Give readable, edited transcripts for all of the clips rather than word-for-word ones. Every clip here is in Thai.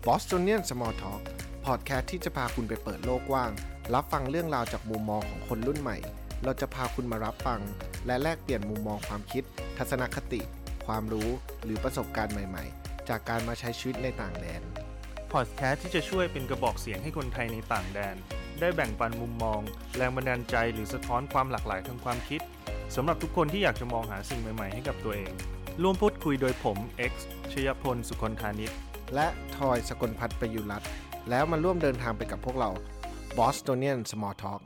Bostonian Small Talk พอดแคสต์ที่จะพาคุณไปเปิดโลกกว้างรับฟังเรื่องราวจากมุมมองของคนรุ่นใหม่เราจะพาคุณมารับฟังและแลกเปลี่ยนมุมมองความคิดทัศนคติความรู้หรือประสบการณ์ใหม่ๆจากการมาใช้ชีวิตในต่างแดนพอดแคสต์ที่จะช่วยเป็นกระบอกเสียงให้คนไทยในต่างแดนได้แบ่งปันมุมมองแรงบันดาลใจหรือสะท้อนความหลากหลายทางความคิดสำหรับทุกคนที่อยากจะมองหาสิ่งใหม่ๆให้กับตัวเองร่วมพูดคุยโดยผม X ชยพลสุคนธานิชและทอยสกลพัฒน์ประยุรัตน์แล้วมาร่วมเดินทางไปกับพวกเรา Bostonian Small Talk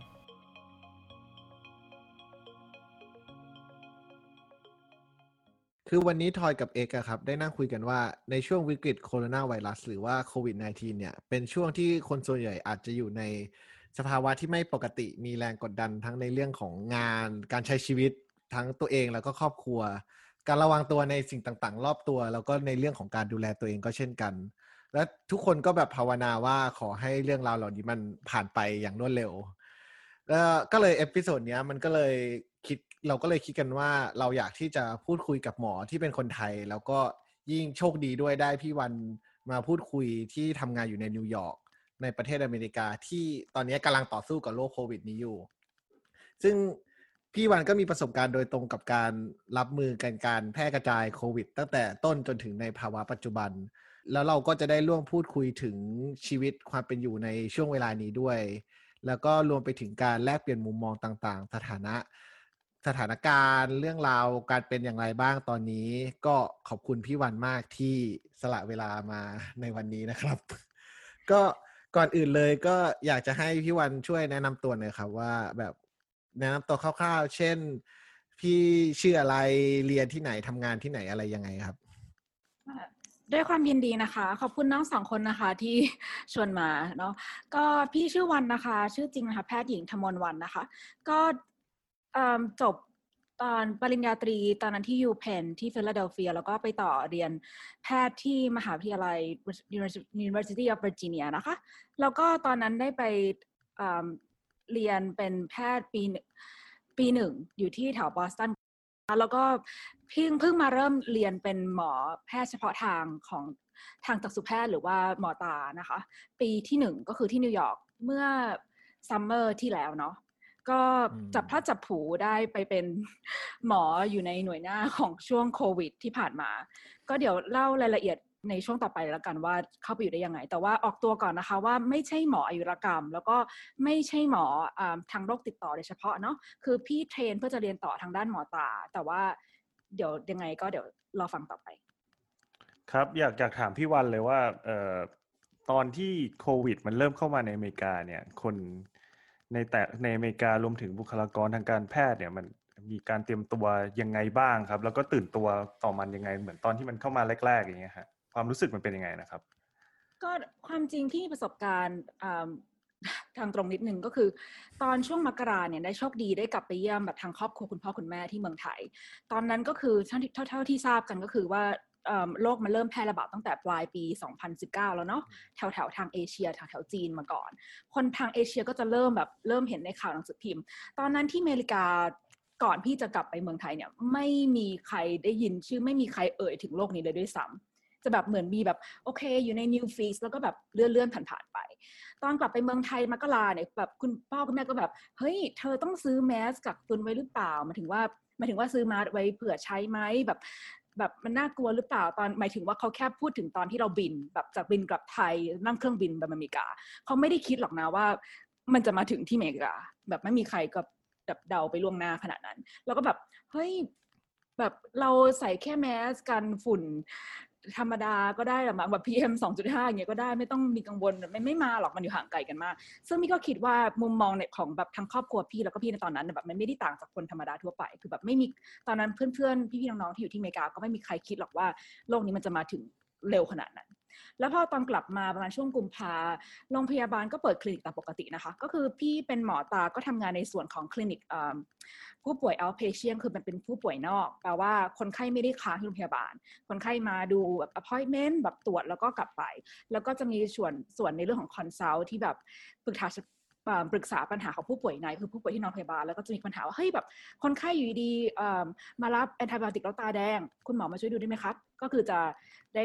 คือวันนี้ทอยกับเอกครับได้นั่งคุยกันว่าในช่วงวิกฤตโคโรนาไวรัสหรือว่าโควิด -19 เนี่ยเป็นช่วงที่คนส่วนใหญ่อาจจะอยู่ในสภาวะที่ไม่ปกติมีแรงกดดันทั้งในเรื่องของงานการใช้ชีวิตทั้งตัวเองแล้วก็ครอบครัวการระวังตัวในสิ่งต่างๆรอบตัวแล้วก็ในเรื่องของการดูแลตัวเองก็เช่นกันและทุกคนก็แบบภาวนาว่าขอให้เรื่องราวเหล่านี้มันผ่านไปอย่างรวดเร็วแล้วก็เลยเอพิโซดนี้มันก็เลยเราก็เลยคิดกันว่าเราอยากที่จะพูดคุยกับหมอที่เป็นคนไทยแล้วก็ยิ่งโชคดีด้วยได้พี่วันมาพูดคุยที่ทำงานอยู่ในนิวยอร์กในประเทศอเมริกาที่ตอนนี้กำลังต่อสู้กับโรคโควิดนี้อยู่ซึ่งพี่วันก็มีประสบการณ์โดยตรงกับการรับมือการแพร่กระจายโควิดตั้งแต่ต้นจนถึงในภาวะปัจจุบันแล้วเราก็จะได้ร่วมพูดคุยถึงชีวิตความเป็นอยู่ในช่วงเวลานี้ด้วยแล้วก็รวมไปถึงการแลกเปลี่ยนมุมมองต่างๆสถานการณ์เรื่องราวการเป็นอย่างไรบ้างตอนนี้ก็ขอบคุณพี่วันมากที่สละเวลามาในวันนี้นะครับก็ก่อนอื่นเลยก็อยากจะให้พี่วันช่วยแนะนำตัวหน่อยครับว่าแบบแนะนำตัวคร่าวๆเช่นพี่ชื่ออะไรเรียนที่ไหนทำงานที่ไหนอะไรยังไงครับด้วยความยินดีนะคะขอบคุณน้องสองคนนะคะที่ชวนมาเนาะก็พี่ชื่อวันนะคะชื่อจริงนะคะแพทย์หญิงธมรวรรณนะคะก็จบตอนปริญญาตรีตอนนั้นที่ยูเพนที่ฟิลาเดลเฟียแล้วก็ไปต่อเรียนแพทย์ที่มหาวิทยาลัย University of Virginia นะคะแล้วก็ตอนนั้นได้ไปเรียนเป็นแพทย์ปีหนึ่งอยู่ที่แถวบอสตันแล้วก็เพิ่งมาเริ่มเรียนเป็นหมอแพทย์เฉพาะทางของทางจักษุแพทย์หรือว่าหมอตานะคะปีที่1ก็คือที่นิวยอร์กเมื่อซัมเมอร์ที่แล้วเนาะก็จับพลัดจับผลูได้ไปเป็นหมออยู่ในหน่วยหน้าของช่วงโควิดที่ผ่านมาก็เดี๋ยวเล่ารายละเอียดในช่วงต่อไปแล้วกันว่าเข้าไปอยู่ได้ยังไงแต่ว่าออกตัวก่อนนะคะว่าไม่ใช่หมออายุรกรรมแล้วก็ไม่ใช่หมอทางโรคติดต่อโดยเฉพาะเนาะคือพี่เทรนเพื่อจะเรียนต่อทางด้านหมอตาแต่ว่าเดี๋ยวยังไงก็เดี๋ยวรอฟังต่อไปครับอยากถามพี่วันเลยว่าตอนที่โควิดมันเริ่มเข้ามาในอเมริกาเนี่ยคนในอเมริการวมถึงบุคลากรทางการแพทย์เนี่ยมันมีการเตรียมตัวยังไงบ้างครับแล้วก็ตื่นตัวต่อมันยังไงเหมือนตอนที่มันเข้ามาแรกๆอย่างเงี้ยฮะความรู้สึกมันเป็นยังไงนะครับก็ความจริงที่ประสบการณ์ทางตรงนิดนึงก็คือตอนช่วงมกราเนี่ยได้โชคดีได้กลับไปเยี่ยมแบบทางครอบครัวคุณพ่อคุณแม่ที่เมืองไทยตอนนั้นก็คือเท่าที่ทราบกันก็คือว่าโรคมันเริ่มแพร่ระบาดตั้งแต่ปลายปี2019แล้วเนาะแถวทางเอเชียแถวจีนมาก่อนคนทางเอเชียก็จะเริ่มเห็นในข่าวหนังสือพิมพ์ตอนนั้นที่อเมริกาก่อนพี่จะกลับไปเมืองไทยเนี่ยไม่มีใครได้ยินชื่อไม่มีใครเอ่ยถึงโรคนี้เลยด้วยซ้ำจะแบบเหมือนมีแบบโอเคอยู่ใน New Feed แล้วก็แบบเลื่อนผ่านไปตอนกลับไปเมืองไทยมกราเนี่ยแบบคุณพ่อคุณแม่ก็แบบเฮ้ยเธอต้องซื้อแมสกักตุนไว้หรือเปล่าหมายถึงว่าซื้อมาไว้เผื่อใช้ไหมแบบมันน่ากลัวหรือเปล่าตอนหมายถึงว่าเขาแค่พูดถึงตอนที่เราบินแบบจากบินกลับไทยนั่งเครื่องบินไปอเมริกาเขาไม่ได้คิดหรอกนะว่ามันจะมาถึงที่อเมริกาแบบไม่มีใครก็แบบเดาไปล่วงหน้าขนาดนั้นแล้วก็แบบเฮ้ยแบบเราใส่แค่แมสกันฝุ่นธรรมดาก็ได้หรอมั้งแบบ PM 2.5 อย่างเงี้ยก็ได้ไม่ต้องมีกังวลไม่มาหรอกมันอยู่ห่างไกลกันมากซึ่งพี่ก็คิดว่ามุมมองในของแบบทั้งครอบครัวพี่แล้วก็พี่ในตอนนั้นแบบมันไม่ได้ต่างจากคนธรรมดาทั่วไปคือแบบไม่มีตอนนั้นเพื่อนๆพี่ๆน้องๆที่อยู่ที่อเมริกาก็ไม่มีใครคิดหรอกว่าโลกนี้มันจะมาถึงเร็วขนาดนั้นแล้วพอตอนกลับมาประมาณช่วงกุมภาโรงพยาบาลก็เปิดคลินิกตามปกตินะคะก็คือพี่เป็นหมอตาก็ทำงานในส่วนของคลินิกผู้ป่วย outpatient คือมันเป็นผู้ป่วยนอกแปลว่าคนไข้ไม่ได้ค้างที่โรงพยาบาลคนไข้มาดูแบบ appointment แบบตรวจแล้วก็กลับไปแล้วก็จะมีส่วนในเรื่องของ consult ที่แบบปรึกษาปัญหาของผู้ป่วยในคือผู้ป่วยที่นอนพยาบาลแล้วก็จะมีปัญหาว่าเฮ้ยแบบคนไข้อยู่ดีมารับแอนติไบโอติกแล้วตาแดงคุณหมอมาช่วยดูได้ไหมครับก็คือจะได้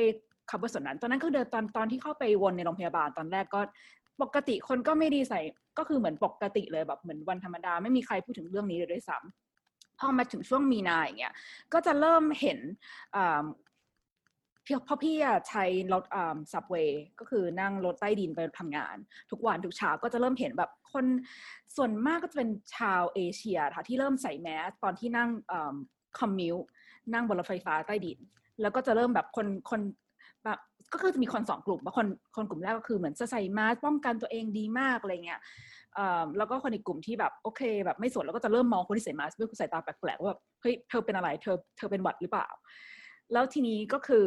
cover ส่วนนั้นตอนนั้นก็เดินตอนที่เข้าไปวนในโรงพยาบาลตอนแรกก็ปกติคนก็ไม่ได้ใส่ก็คือเหมือนปกติเลยแบบเหมือนวันธรรมดาไม่มีใครพูดถึงเรื่องนี้เลยด้วยซ้ำพอมาถึงช่วงมีนาอย่างเงี้ยก็จะเริ่มเห็นเพราะพี่ใช้รถซับเวย์ก็คือนั่งรถใต้ดินไปทำงานทุกวันทุกเช้าก็จะเริ่มเห็นแบบคนส่วนมากก็จะเป็นชาวเอเชียค่ะที่เริ่มใส่แมสตอนที่นั่งคอมมิวนั่งบนรถไฟฟ้าใต้ดินแล้วก็จะเริ่มแบบคนแบบก็คือจะมีคน2 กลุ่มว่าคนกลุ่มแรกก็คือเหมือนจะใส่แมสป้องกันตัวเองดีมากอะไรเงี้ยแล้วก็คนอีกกลุ่มที่แบบโอเคแบบไม่สนแล้วก็จะเริ่มมองคนที่ใส่แมสด้วยสายตาแปลกๆว่าแบบเฮ้ยเธอเป็นอะไรเธอเป็นหวัดหรือเปล่าแล้วทีนี้ก็คือ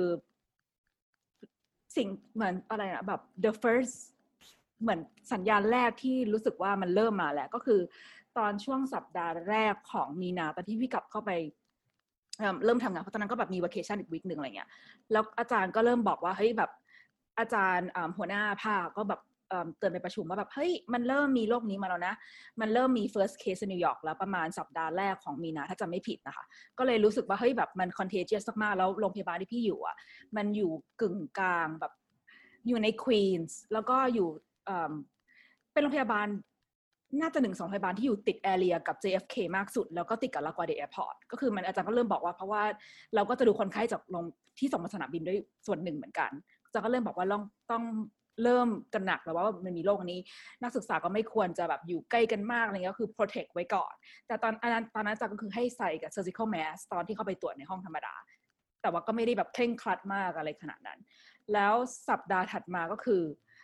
สิ่งเหมือนอะไรนะแบบ the first เหมือนสัญญาณแรกที่รู้สึกว่ามันเริ่มมาแล้วก็คือตอนช่วงสัปดาห์แรกของมีนาตอนที่พี่กลับเข้าไปเริ่มทำงานเพราะตอนนั้นก็แบบมี vacation อีกวีคนึงอะไรเงี้ยแล้วอาจารย์ก็เริ่มบอกว่าเฮ้ยแบบอาจารย์หัวหน้าภาคก็แบบเตือนไปประชุมว่าแบบเฮ้ยมันเริ่มมีโรคนี้มาแล้วนะมันเริ่มมี first case ในนิวยอร์กแล้วประมาณสัปดาห์แรกของมีนาถ้าจำไม่ผิดนะคะก็เลยรู้สึกว่าเฮ้ยแบบมัน contagious มากๆแล้วโรงพยาบาลที่พี่อยู่อ่ะมันอยู่กึ่งกลางแบบอยู่ในควีนส์แล้วก็อยู่เป็นโรงพยาบาลน่าจะ1-2 โรงพยาบาลที่อยู่ติดแอเรียกับ JFK มากสุดแล้วก็ติดกับ LaGuardia Airport ก็คือมันอาจารย์ก็เริ่มบอกว่าเพราะว่าเราก็จะดูคนไข้จากโรงที่ส่งมาสนามบินด้วยส่วนหนึ่งเหมือนกันอาจารย์ก็เริ่มบอกว่าต้องเริ่มตระหนักแล้วว่ามันมีโรคนี้นักศึกษาก็ไม่ควรจะแบบอยู่ใกล้กันมากอะไรเงี้ยก็คือ protect ไว้ก่อนแต่ตอนนั้นอาจารย์ก็คือให้ใส่กับ surgical mask ตอนที่เข้าไปตรวจในห้องธรรมดาแต่ว่าก็ไม่ได้แบบเคร่งครัดมากอะไรขนาดนั้นแล้วสัปดาห์ถัดมาก็คือ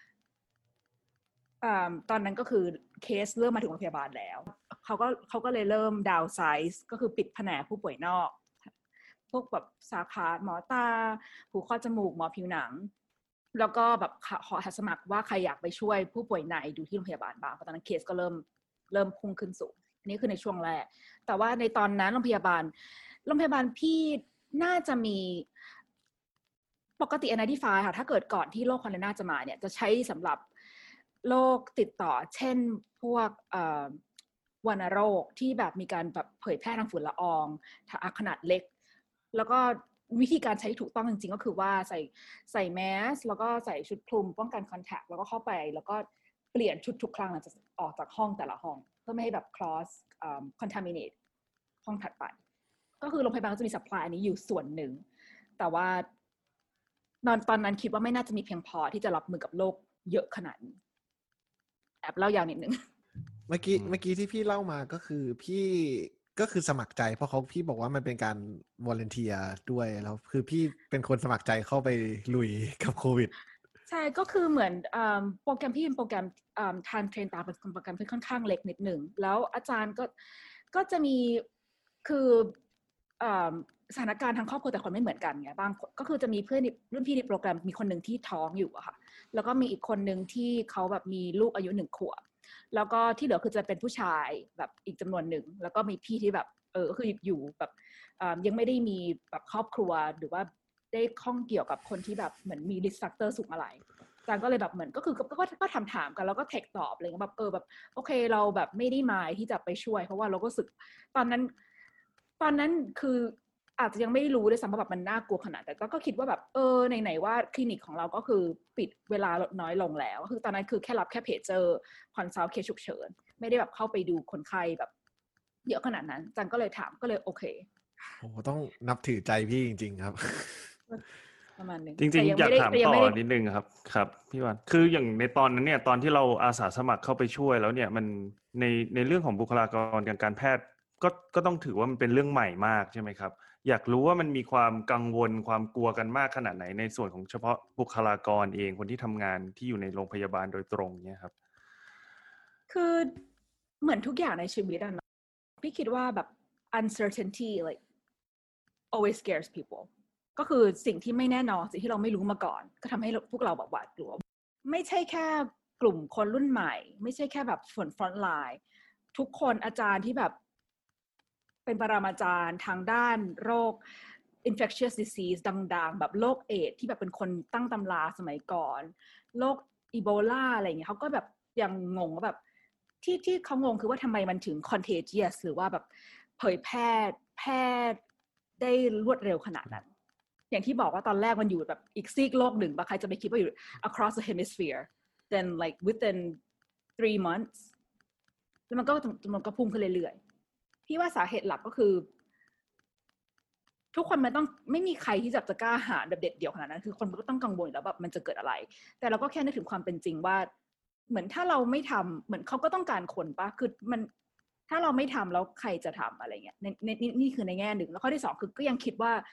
ตอนนั้นก็คือเคสเริ่มมาถึงโรงพยาบาลแล้วเขาก็เลยเริ่มดาวไซส์ก็คือปิดแผนกผู้ป่วยนอกพวกแบบสาขาหมอตาหูคอจมูกหมอผิวหนังแล้วก็แบบขอสมัครว่าใครอยากไปช่วยผู้ป่วยในดูที่โรงพยาบาลบ้างเพราะตอนนั้นเคสก็เริ่มพุ่งขึ้นสูงอันนี้คือในช่วงแรกแต่ว่าในตอนนั้นโรงพยาบาลพี่น่าจะมีปกติ N95 ค่ะถ้าเกิดก่อนที่โรคโคโรนาจะมาเนี่ยจะใช้สำหรับโรคติดต่อเช่นพวกวัณโรคที่แบบมีการแบบเผยแพร่ทางฝุ่นละอองขนาดเล็กแล้วก็วิธีการใช้ถูกต้องจริงๆก็คือว่าใส่แมสแล้วก็ใส่ชุดคลุมป้องกันคอนแทคแล้วก็เข้าไปแล้วก็เปลี่ยนชุดทุกครั้งหลังจากออกจากห้องแต่ละห้องเพื่อไม่ให้แบบ cross contaminate ห้องถัดไปก็คือโรงพยาบาลก็จะมี supply อันนี้อยู่ส่วนหนึ่งแต่ว่าตอนนั้นคิดว่าไม่น่าจะมีเพียงพอที่จะรับมือกับโรคเยอะขนาดนี้แอบเล่ายาวนิดนึงเมื่อกี้ที่พี่เล่ามาก็คือพี่ก็คือสมัครใจเพราะพี่บอกว่ามันเป็นการวอลันเทียด้วยแล้วคือพี่เป็นคนสมัครใจเข้าไปลุยกับโควิดใช่ก็คือเหมือนโปรแกรมพี่เป็นโปรแกรมทานเทรนตามเป็นโปรแกรมที่ค่อนข้างเล็กนิดหนึ่งแล้วอาจารย์ก็จะมีคือสถานการณ์ทางครอบครัวแต่คนไม่เหมือนกันไงบางก็คือจะมีเพื่อนรุ่นพี่ในโปรแกรมมีคนหนึ่งที่ท้องอยู่อะค่ะแล้วก็มีอีกคนหนึ่งที่เขาแบบมีลูกอายุ1 ขวบแล้วก็ที่เหลือคือจะเป็นผู้ชายแบบอีกจำนวนหนึ่งแล้วก็มีพี่ที่แบบก็คืออยู่แบบยังไม่ได้มีแบบครอบครัวหรือว่าได้ข้องเกี่ยวกับคนที่แบบเหมือนมี risk factor สูงอะไรอาจารย์ก็เลยแบบเหมือนก็คือก็ถามกันแล้วก็เทคตอบอะไรเงี้ยแบบแบบโอเคเราแบบไม่ได้มายที่จะไปช่วยเพราะว่าเราก็รู้สึกตอนนั้นคืออาจจะยังไม่รู้ด้วยซ้ำว่าแบบมันน่ากลัวขนาดแต่ก็คิดว่าแบบไหนๆว่าคลินิกของเราก็คือปิดเวลาลดน้อยลงแล้วคือตอนนั้นคือแค่รับแค่เพจเจอร์คอนซัลท์เคสฉุกเฉินไม่ได้แบบเข้าไปดูคนไข้แบบเยอะขนาดนั้นจันก็เลยถามก็เลยโอเคโอ้ต้องนับถือใจพี่จริงๆครับประมาณนึงจริงๆอยากถามต่อนิดนึงครับพี่วันคืออย่างในตอนนั้นเนี่ยตอนที่เราอาสาสมัครเข้าไปช่วยแล้วเนี่ยมันในเรื่องของบุคลากรทางการแพทย์ก็ต้องถือว่ามันเป็นเรื่องใหม่มากใช่ไหมครับอยากรู้ว่ามันมีความกังวลความกลัวกันมากขนาดไหนในส่วนของเฉพาะบุคลากรเองคนที่ทำงานที่อยู่ในโรงพยาบาลโดยตรงเนี่ยครับคือเหมือนทุกอย่างในชีวิตอะเนาะพี่คิดว่าแบบ uncertainty like always scares people ก็คือสิ่งที่ไม่แน่นอนสิ่งที่เราไม่รู้มาก่อนก็ทำให้พวกเราแบบหวาดกลัวไม่ใช่แค่กลุ่มคนรุ่นใหม่ไม่ใช่แค่แบบส่วน front line ทุกคนอาจารย์ที่แบบเป็นปรมาจารย์ทางด้านโรค infectious disease ดังๆแบบโรคเอดส์ที่แบบเป็นคนตั้งตำราสมัยก่อนโรคอีโบลาอะไรอย่างเงี้ยเขาก็แบบยังงงว่าแบบที่เขางงคือว่าทำไมมันถึง contagious หรือว่าแบบเผยแพร่ได้รวดเร็วขนาดนั้นอย่างที่บอกว่าตอนแรกมันอยู่แบบอีกซีกโลกหนึ่งใครจะไปคิดว่าอยู่ across the hemisphere then like within 3 months แล้วมันก็พุ่งขึ้นเรื่อยๆพี่ว่าสาเหตุหลักก็คือทุกคนมันต้องไม่มีใครที่จะกล้าหาญแบบเด็ดเดี่ยวขนาดนั้นคือคนมันก็ต้องกังวลแล้วแบบมันจะเกิดอะไรแต่เราก็แค่นึกถึงความเป็นจริงว่าเหมือนถ้าเราไม่ทำเหมือนเขาก็ต้องการคนปะคือมันถ้าเราไม่ทำแล้วใครจะทำอะไรเงี้ยนี่คือในแง่หนึ่งแล้วข้อที่สองคือก็ยังคิดว่า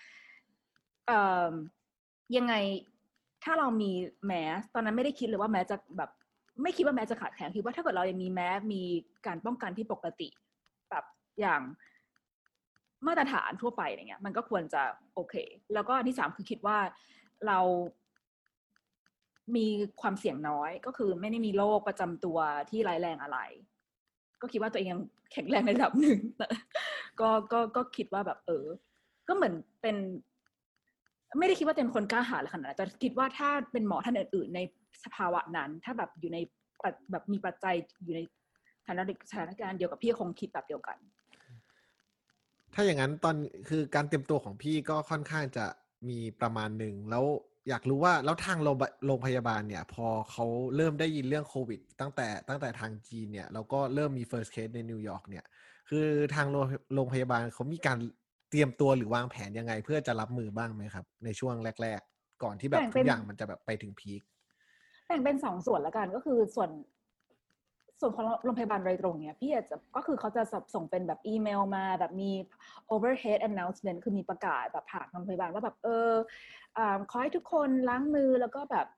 ยังไงถ้าเรามีแมสตอนนั้นไม่ได้คิดเลยว่าแมสจะแบบไม่คิดว่าแมสจะขาดแคลนคิดว่าถ้าเกิดเรายังมีแมสมีการป้องกันที่ปกติแบบอย่างมาตรฐานทั่วไปอะไรเงี้ยมันก็ควรจะโอเคแล้วก็อันที่สามคือคิดว่าเรามีความเสี่ยงน้อยก็คือไม่ได้มีโรคประจำตัวที่ร้ายแรงอะไรก็คิดว่าตัวเองยังแข็งแรงในระดับหนึ่งก็คิดว่าแบบก็เหมือนเป็นไม่ได้คิดว่าเป็นคนกล้าหาญขนาดนั้นแต่คิดว่าถ้าเป็นหมอท่านอื่นๆในสภาวะนั้นถ้าแบบอยู่ในแบบมีปัจจัยอยู่ในสถานการณ์เดียวกับพี่คงคิดแบบเดียวกันถ้าอย่างนั้นคือการเตรียมตัวของพี่ก็ค่อนข้างจะมีประมาณหนึ่งแล้วอยากรู้ว่าแล้วทางโรงพยาบาลเนี่ยพอเขาเริ่มได้ยินเรื่องโควิดตั้งแต่ทางจีนเนี่ยแล้วก็เริ่มมี first case ในนิวยอร์กเนี่ยคือทางโรงพยาบาลเขามีการเตรียมตัวหรือวางแผนยังไงเพื่อจะรับมือบ้างไหมครับในช่วงแรกๆก่อนที่แบบทุกอย่างมันจะแบบไปถึงพีคแบ่งเป็น2 ส่วนละกันก็คือส่วนของโรงพยาบาลโดยตรงเนี่ยพี่อาจจะก็คือเขาจะส่งเป็นแบบอีเมลมาแบบมี overhead announcement คือมีประกาศแบบผ่านโรงพยาบาลว่าแบบขอให้ทุกคนล้างมือแล้วก็แบบ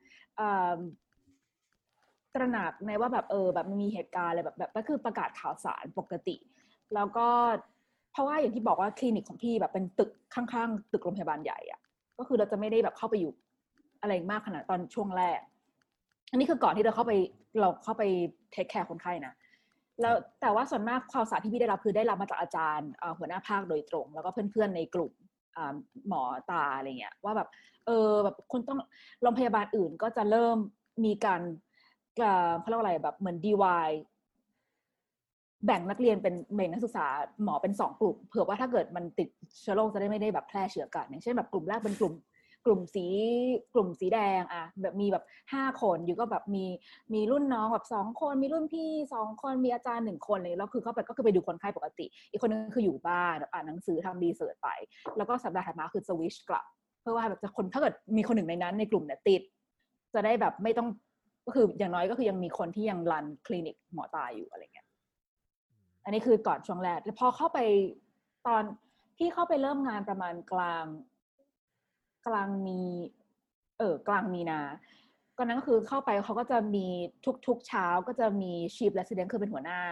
ตระหนักในว่าแบบแบบมันมีเหตุการณ์อะไรแบบก็คือประกาศข่าวสารปกติแล้วก็เพราะว่าอย่างที่บอกว่าคลินิกของพี่แบบเป็นตึกข้างๆตึกโรงพยาบาลใหญ่อะก็คือเราจะไม่ได้แบบเข้าไปอยู่อะไรมากขนาดตอนช่วงแรกอันนี้คือก่อนที่เราเข้าไปเทคแคร์คนไข้นะแล้วแต่ว่าส่วนมากข่าวสารที่พี่ได้รับคือได้รับมาจากอาจารย์หัวหน้าภาคโดยตรงแล้วก็เพื่อนๆในกลุ่มหมอตาอะไรเงี้ยว่าแบบแบบคนต้องโรงพยาบาลอื่นก็จะเริ่มมีการเขาเรียกว่าอะไรแบบเหมือน DY แบ่งนักเรียนเป็นนักศึกษาหมอเป็น2 กลุ่มเผื่อว่าถ้าเกิดมันติดเชื้อโรคจะได้ไม่ได้แบบแพร่เชื้อกันอย่างเช่นแบบกลุ่มแรกเป็นกลุ่มสีแดงอะแบบมีแบบ5 คนอยู่ก็แบบมีรุ่นน้องแบบ2 คนมีรุ่นพี่2 คนมีอาจารย์1 คนเลยแล้วคือเข้าไปก็คือไปดูคนไข้ปกติอีกคนนึงคืออยู่บ้านอ่านหนังสือทำรีเสิร์ชไปแล้วก็สัปดาห์ถัดมาคือสวิชกลับเพื่อว่าแบบถ้าเกิดมีคนหนึ่งในนั้นในกลุ่มเนี่ยติดจะได้แบบไม่ต้องก็คืออย่างน้อยก็คือยังมีคนที่ยังรันคลินิกหมอตาอยู่อะไรเงี้ยอันนี้คือก่อนช่วงแรกแล้วพอเข้าไปตอนที่เข้าไปเริ่มงานประมาณกลางมีนาก็นั้นก็คือเข้าไปเขาก็จะมีทุกเช้าก็จะมี Chief Resident คือเป็นหัวหน้า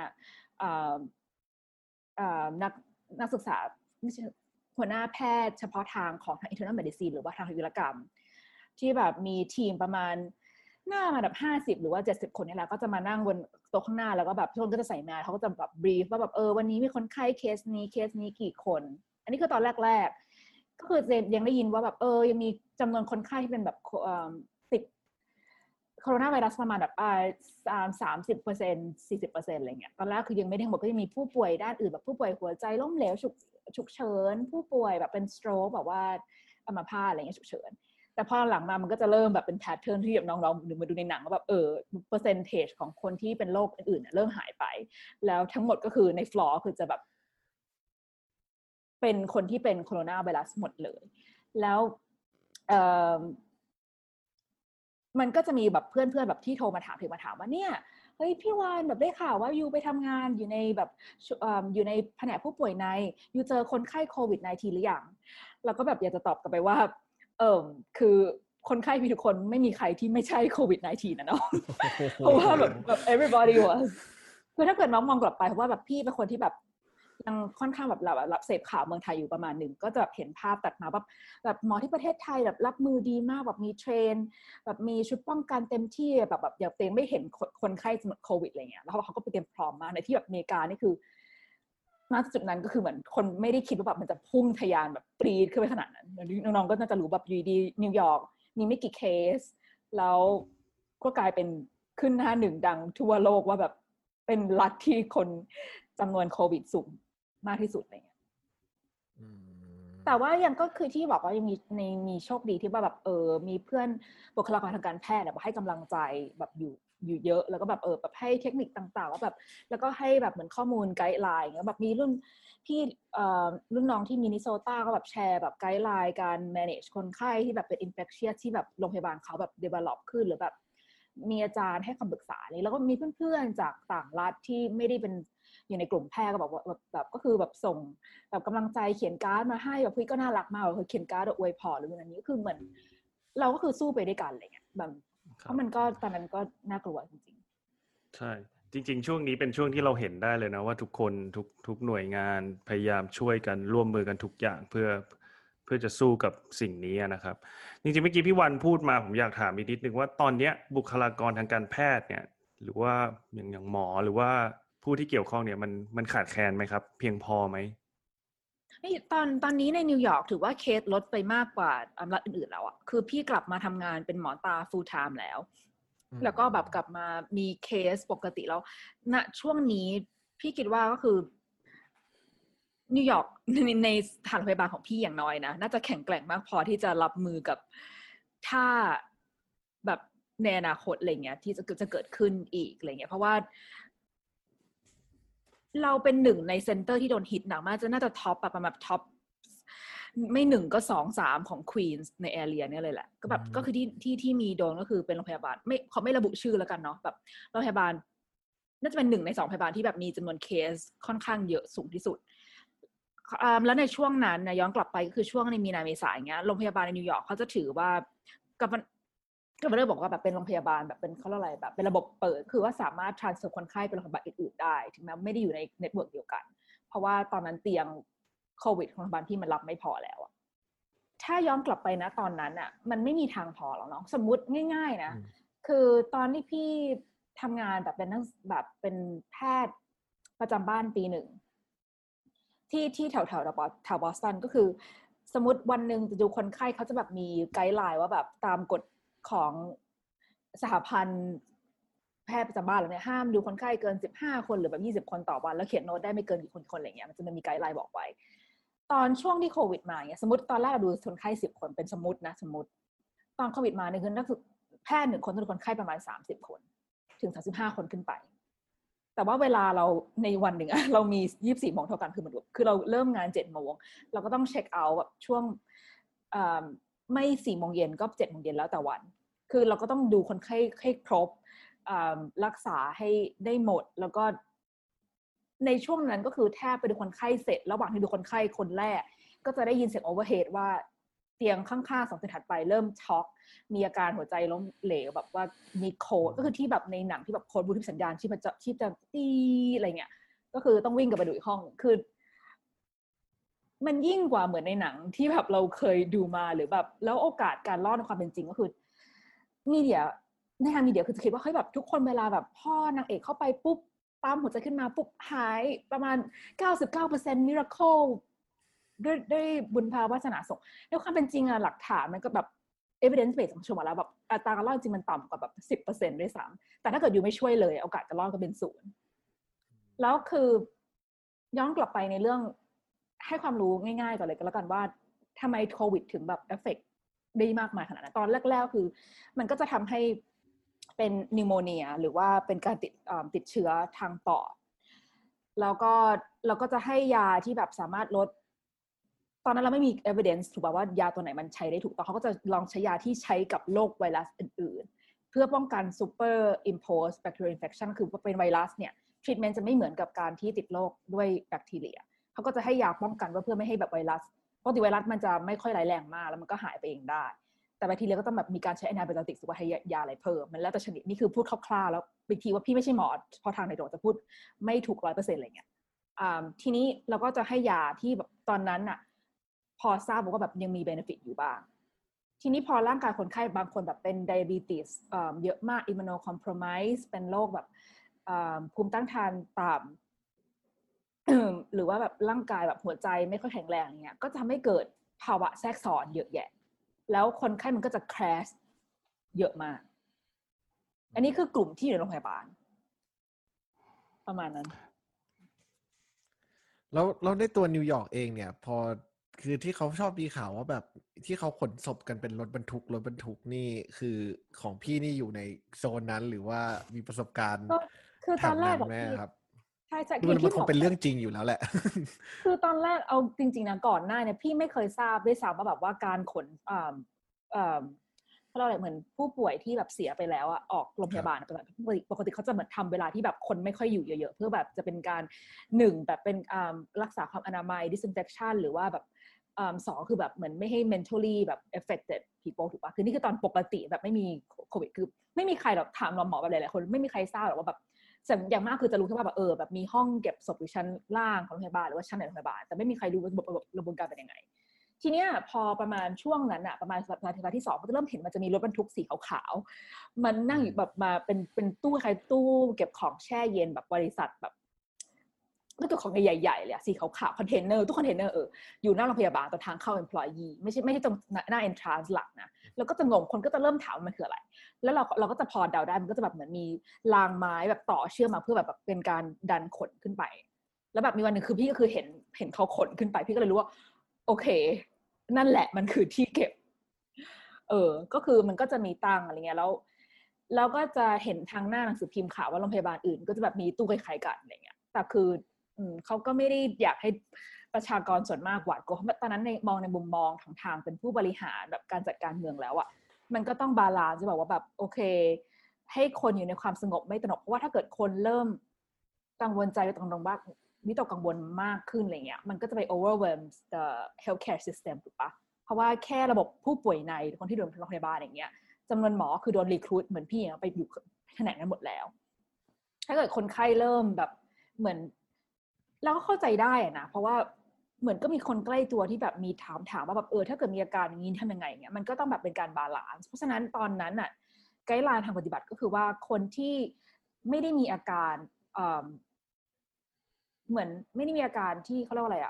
นักศึกษาไม่ใช่หัวหน้าแพทย์เฉพาะทางของทาง internal medicine หรือว่าทางวิศวกรรมที่แบบมีทีมประมาณหน้ามาแบบ50หรือว่า70คนนี่แหละก็จะมานั่งบนโต๊ะข้างหน้าแล้วก็แบบทุกคนก็จะใส่แมสเขาก็จะแบบบรีฟว่าแบบวันนี้มีคนไข้เคสนี้กี่คนอันนี้คือตอนแรกก็คือยังได้ยินว่าแบบยังมีจำนวนคนไข้ที่เป็นแบบติดโคโรนาไวรัสประมาณแบบ30% 40%อะไรเงี้ยตอนแรกคือยังไม่ได้หมดก็ยังมีผู้ป่วยด้านอื่นแบบผู้ป่วยหัวใจล้มเหลวฉุกเฉินผู้ป่วยแบบเป็นสโตรกแบบว่าอัมพาตอะไรเงี้ยฉุกเฉินแต่พอหลังมามันก็จะเริ่มแบบเป็นแพทเทิร์นที่แบบน้องๆหรือมาดูในหนังว่าแบบเปอร์เซนเทจของคนที่เป็นโรคอื่นๆเริ่มหายไปแล้วทั้งหมดก็คือในฟลอร์คือจะแบบเป็นคนที่เป็นโคโรนาไวรัสหมดเลยแล้วมันก็จะมีแบบเพื่อนๆแบบที่โทรมาถามว่าเนี่ยเฮ้ยพี่วานแบบได้ข่าวว่ายูไปทำงานอยู่ในแบบอยู่ในแผนกผู้ป่วยในยูเจอคนไข้โควิด-19 หรือยังแล้วก็แบบอยากจะตอบกลับไปว่าคือคนไข้มีทุกคนไม่มีใครที่ไม่ใช่โควิด-19 นะเนาะเพราะว่าแบบ everybody was คือถ้าเกิดน้องมองกลับไปเพราะว่าแบบพี่เป็นคนที่แบบยังค่อนข้างแบบรับเสพข่าวเมืองไทยอยู่ประมาณหนึ่งก็จะเห็นภาพตัดมาแบบหมอที่ประเทศไทยแบบรับมือดีมากแบบมีเทรนแบบมีชุดป้องกันเต็มที่แบบอย่างเต็มไม่เห็นคนไข้โควิดอะไรเงี้ยแล้วเขาก็ไปเตรียมพร้อมมากในที่แบบอเมริกานี่คือณจุดนั้นก็คือเหมือนคนไม่ได้คิดว่าแบบมันจะพุ่งทะยานแบบปรีดขึ้นไปขนาดนั้นน้องๆก็น่าจะรู้แบบอยู่ดีนิวยอร์กมีไม่กี่เคสแล้วก็กลายเป็นขึ้นหน้าหนึ่งดังทั่วโลกว่าแบบเป็นรัฐที่คนจำนวนโควิดสูงมากที่สุดอะไรเงี้ยแต่ว่ายังก็คือที่บอกว่ายังมีโชคดีที่ว่าแบบมีเพื่อนบุคลากรทางการแพทย์แบบให้กำลังใจแบบอยู่เยอะแล้วก็แบบแบบให้เทคนิคต่างๆว่าแบบแล้วก็ให้แบบเหมือนข้อมูลไกด์ไลน์แบบมีพี่รุ่นน้องที่มินนิโซตาก็แบบแชร์แบบไกด์ไลน์การ manage คนไข้ที่แบบเป็น infectious ที่แบบโรงพยาบาลเขาแบบ develop ขึ้นหรือแบบมีอาจารย์ให้คำปรึกษานี่แล้วก็มีเพื่อนๆจากต่างรัฐที่ไม่ได้เป็นอยู่ในกลุ่มแพทย์ก็บอกว่าแบบก็คือแบบส่งแบบกำลังใจเขียนการ์ดมาให้แบบพี่ก็น่ารักมากเลยเขียนการ์ดอวยพรหรืออะไรนี้ก็คือเหมือนเราก็คือสู้ไปด้วยกันอะไรเงี้ยแบบเพราะมันก็ตอนนั้นก็น่ากลัวจริงๆใช่จริงๆช่วงนี้เป็นช่วงที่เราเห็นได้เลยนะว่าทุกคนทุกหน่วยงานพยายามช่วยกันร่วมมือกันทุกอย่างเพื่อจะสู้กับสิ่งนี้นะครับจริงๆเมื่อกี้พี่วันพูดมาผมอยากถามอีกนิดนึงว่าตอนนี้บุคลากรทางการแพทย์เนี่ยหรือว่าอย่างหมอหรือว่าผู้ที่เกี่ยวข้องเนี่ยมันขาดแคลนไหมครับเพียงพอไหมนี่ตอนนี้ในนิวยอร์กถือว่าเคสลดไปมากกว่ารัฐอื่นๆแล้วอ่ะคือพี่กลับมาทำงานเป็นหมอตา full time แล้วก็แบบกลับมามีเคสปกติแล้วณช่วงนี้พี่คิดว่าก็คือนิวยอร์กในสถานพยาบาลของพี่อย่างน้อยนะน่าจะแข็งแกร่งมากพอที่จะรับมือกับถ้าแบบในอนาคตอะไรเงี้ยที่จะเกิดขึ้นอีกอะไรเงี้ยเพราะว่าเราเป็นหนึ่งในเซ็นเตอร์ที่โดนฮิตหนักมากจะน่าจะท็อปประมาณท็อปไม่1ก็2 3ของควีนส์ในแอเรียเนี่ยเลยแหละก็แบบก็คือที่มีโดนก็คือเป็นโรงพยาบาลไม่เขาไม่ระบุชื่อแล้วกันเนาะแบบโรงพยาบาลน่าจะเป็น1 ใน 2พยาบาลที่แบบมีจำนวนเคสค่อนข้างเยอะสูงที่สุดแล้วในช่วงนั้นนะย้อนกลับไปก็คือช่วงในมีนาเมษายนเงี้ยโรงพยาบาลในนิวยอร์กเขาจะถือว่ากับก็ไม่ได้บอกว่าแบบเป็นโรงพยาบาลแบบเป็นเขาเรียกอะไรแบบเป็นระบบเปิดคือว่าสามารถ transfer คนไข้ไปโรงพยาบาลอื่นๆได้ถึงแม้ไม่ได้อยู่ในเน็ตเวิร์กเดียวกันเพราะว่าตอนนั้นเตียงโควิดของโรงพยาบาลที่มันรับไม่พอแล้วอะถ้าย้อนกลับไปนะตอนนั้นอะมันไม่มีทางพอหรอกเนาะสมมุติง่ายๆนะคือตอนที่พี่ทำงานแบบเป็นแบบเป็นแพทย์ประจำบ้านปี 1ที่แถวบอสตันก็คือสมมติวันหนึ่งจะดูคนไข้เขาจะแบบมีไกด์ไลน์ว่าแบบตามกฎของสหพันธ์แพทย์ประจำบ้านแล้วเนี่ยห้ามดูคนไข้เกิน15 คนหรือแบบ20 คนต่อวันแล้วเขียนโน้ตได้ไม่เกินกี่คนอะไรเงี้ยมันจะมีไกด์ไลน์บอกไว้ตอนช่วงที่โควิดมาเนี่ยสมมติตอนแรกเราดูคนไข้10 คนเป็นสมมติตอนโควิดมาเนี่ยคือนักแพทย์1 คนต้องดูคนไข้ประมาณ30 คนถึง35 คนขึ้นไปแต่ว่าเวลาเราในวันหนึ่งเรามี24 โมงเท่ากันคือเราเริ่มงาน7 โมงเราก็ต้องเช็คเอาท์แบบช่วงไม่4 โมงเย็นก็7 โมงเย็นแล้วแต่วันคือเราก็ต้องดูคนไข้ให้ครบรักษาให้ได้หมดแล้วก็ในช่วงนั้นก็คือแทบไปดูคนไข้เสร็จระหว่างที่ดูคนไข้คนแรกก็จะได้ยินเสียงโอเวอร์เฮดว่าเตียงข้างๆ2 เตียงถัดไปเริ่มช็อกมีอาการหัวใจล้มเหลวแบบว่ามีโค้ดก็คือที่แบบในหนังที่แบบโค้ดบูทิสัญญาณชีพจะตีอะไรเงี้ยก็คือต้องวิ่งกลับไปดูอีกห้องคือมันยิ่งกว่าเหมือนในหนังที่แบบเราเคยดูมาหรือแบบแล้วโอกาสการรอดในความเป็นจริงก็คือมีเดียในทางมีเดียคือจะคิดว่าเฮ้ยแบบทุกคนเวลาแบบพ่อนางเอกเข้าไปปุ๊บปั๊มหัวใจขึ้นมาปุ๊บหายประมาณ 99% miracle ด้วยบุญภาวาสนาส่งในความเป็นจริงอะหลักฐานมันก็แบบ evidence base ของชมมาแล้วแบบอัตราการรอดจริงมันต่ำกว่าแบบ 10% ด้วยซ้ำแต่ถ้าเกิดอยู่ไม่ช่วยเลยโอกาสการรอดก็เป็น0แล้วคือย้อนกลับไปในเรื่องให้ความรู้ง่ายๆก่อนเลยก็แล้วกันว่าทำไมโควิดถึงแบบเอฟเฟกต์ได้มากมายขนาดนั้นตอนแรกๆคือมันก็จะทำให้เป็นนิวโมเนียหรือว่าเป็นการติดเชื้อทางปอดแล้วก็เราก็จะให้ยาที่แบบสามารถลดตอนนั้นเราไม่มี evidence ถูกป่ะว่ายาตัวไหนมันใช้ได้ถูกต้องเขาก็จะลองใช้ยาที่ใช้กับโรคไวรัสอื่นๆเพื่อป้องกัน superimpose bacterial infection คือเป็นไวรัสเนี่ยทรีทเมนต์จะไม่เหมือนกับการที่ติดโรคด้วยแบคทีเรียเขาก็จะให้ยาป้องกันว่าเพื่อไม่ให้แบบไวรัสปกติไวรัสมันจะไม่ค่อยร้ายแรงมากแล้วมันก็หายไปเองได้แต่แบคทีเรียก็ต้องแบบมีการใช้แอนติไบโอติกหรือว่าให้ยาอะไรเพิ่มมันแล้วแต่ชนิดนี่คือพูดคร่าวๆแล้วบางทีว่าพี่ไม่ใช่หมอพอทางไหนจะพูดไม่ถูก 100% อะไรเงี้ยทีนี้เราก็จะให้ยาที่แบบตอนนั้นน่ะพอทราบว่าแบบยังมี benefit อยู่บ้างทีนี้พอร่างกายคนไข้บางคนแบบเป็น diabetes เยอะมาก immunocompromise เป็นโรคแบบภูมิต้านทานต่ำหรือว่าแบบร่างกายแบบหัวใจไม่ค่อยแข็งแรงอย่างเงี้ยก็จะทำให้เกิดภาวะแทรกซ้อนเยอะแยะแล้วคนไข้มันก็จะ crash เยอะมากอันนี้คือกลุ่มที่อยู่ในโรงพยาบาลประมาณนั้นแล้วในตัวนิวยอร์กเองเนี่ยพอคือที่เขาชอบมีข่าวว่าแบบที่เขาขนศพกันเป็นรถบรรทุกนี่คือของพี่นี่อยู่ในโซนนั้นหรือว่ามีประสบการณ์ก็คือตอนแรแถวนั้กอะพี่นไหมครับใช่คืออย่างมันคงเป็นที่บอกไปเรื่องจริงอยู่แล้วแหละคือตอนแรกเอาจริงๆนะก่อนหน้าเนี่ยพี่ไม่เคยทราบด้วยซ้ำว่าแบบว่าการขนเขาเรียกอะไรเหมือนผู้ป่วยที่แบบเสียไปแล้วอะออกโรงพยาบาลปกติเขาจะเหมือนทำเวลาที่แบบคนไม่ค่อยอยู่เยอะๆเพื่อแบบจะเป็นการหนึ่งแบบเป็นรักษาความอนามัย disinfection หรือว่าแบบสองคือแบบเหมือนไม่ให้ mentally แบบ affected people ถูกปะคือนี่คือตอนปกติแบบไม่มีโควิดคือไม่มีใครหรอกถามหมอแบบหลายๆคนไม่มีใครทราบหรอกว่าแบบอย่างมากคือจะรู้แค่ว่าแบบแบบมีห้องเก็บศพอยู่ชั้นล่างของโรงพยาบาลหรือว่าชั้นไหนโรงพยาบาลแต่ไม่มีใครรู้ว่ากระบวนการเป็นยังไงทีเนี้ยพอประมาณช่วงนั้นอะประมาณสัปดาห์ที่2ก็จะเริ่มเห็นมันจะมีรถบรรทุกสีขาวๆมันนั่งอยู่แบบมาเป็นตู้ใครตู้เก็บของแช่เย็นแบบบริษัทแบบตู้ของใหญ่ๆเลยสีขาวๆคอนเทนเนอร์ตู้คอนเทนเนอร์อยู่หน้าโรงพยาบาลตรงทางเข้า employee ไม่ใช่ตรงหน้า entrance หลักนะแล้วก็จะงงคนก็จะเริ่มถามมันคืออะไรแล้วเราก็จะพอเดาได้มันก็จะแบบเหมือนมีรางไม้แบบต่อเชื่อมมาเพื่อแบบเป็นการดันขนขึ้นไปแล้วแบบมีวันหนึ่งคือพี่ก็คือเห็นเขาขนขึ้นไปพี่ก็เลยรู้ว่าโอเคนั่นแหละมันคือที่เก็บก็คือมันก็จะมีตั้งอะไรเงี้ยแล้วก็จะเห็นทางหน้าหนังสือพิมพ์ข่าวว่าโรงพยาบาลอื่นก็จะแบบมีตู้คล้ายๆกันอะไรเงี้ยแต่คือเขาก็ไม่ได้อยากให้ประชากรส่วนมากหวาดกลัวเพราะตอนนั้นมองในมุมมองทางเป็นผู้บริหารแบบการจัดการเมืองแล้วอะมันก็ต้องบาลานซ์จะบอกว่าแบบโอเคให้คนอยู่ในความสงบไม่ตระหนกเพราะว่าถ้าเกิดคนเริ่มกังวลใจตรงว่าวิตกกังวลมากขึ้นอะไรเงี้ยมันก็จะไป overwhelm the healthcare system ถูกปะเพราะว่าแค่ระบบผู้ป่วยในคนที่โดนโรงพยาบาลอย่างเงี้ยจำนวนหมอคือโดนรีครูทเหมือนพี่ไปอยู่แผนกนั้นหมดแล้วถ้าเกิดคนไข้เริ่มแบบเหมือนเราก็เข้าใจได้นะเพราะว่าเหมือนก็มีคนใกล้ตัวที่แบบมีถามว่าแบบถ้าเกิดมีอาการอย่างนี้ทำยังไงเนี่ยมันก็ต้องแบบเป็นการบาลานซ์เพราะฉะนั้นตอนนั้นน่ะไกด์ไลน์ทางปฏิบัติก็คือว่าคนที่ไม่ได้มีอาการเหมือนไม่ได้มีอาการที่เขาเรียกว่าอะไร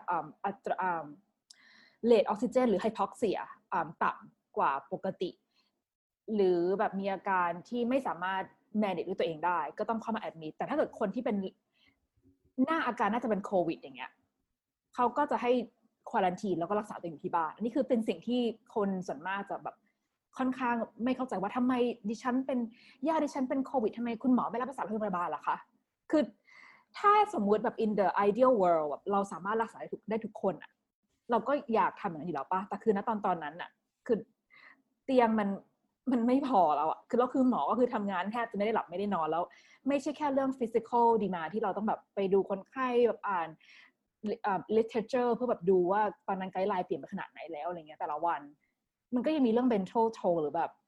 เลทออกซิเจนหรือไฮพ็อกเซียต่ำกว่าปกติหรือแบบมีอาการที่ไม่สามารถ manage ด้วยตัวเองได้ก็ต้องเข้ามาแอดมิดแต่ถ้าเกิดคนที่เป็นหน้าอาการน่าจะเป็นโควิดอย่างเงี้ยเขาก็จะให้ควอรันทีนแล้วก็รักษาตัวอยู่ที่บ้านอันนี้คือเป็นสิ่งที่คนส่วนมากจะแบบค่อนข้างไม่เข้าใจว่าทำไมดิฉันเป็นดิฉันเป็นโควิดทำไมคุณหมอไม่รับรักษาโรงพยาบาลล่ะคะคือถ้าสมมุติแบบ in the ideal world แบบเราสามารถรักษาได้ทุกคนอะเราก็อยากทำอย่างนั้นอยู่แล้วป่ะแต่คือณตอนนั้นอะคือเตียงมันไม่พอแล้วอะคือหมอก็คือทำงานแทบจะไม่ได้หลับไม่ได้นอนแล้วไม่ใช่แค่เรื่อง physical demand ที่เราต้องแบบไปดูคนไข้แบบอ่านliterature เพื่อแบบดูว่าตอนนั้นไกด์ไลน์เปลี่ยนไปขนาดไหนแล้วอะไรเงี้ยแต่ละวันมันก็ยังมีเรื่อง mental toll หรือแบบ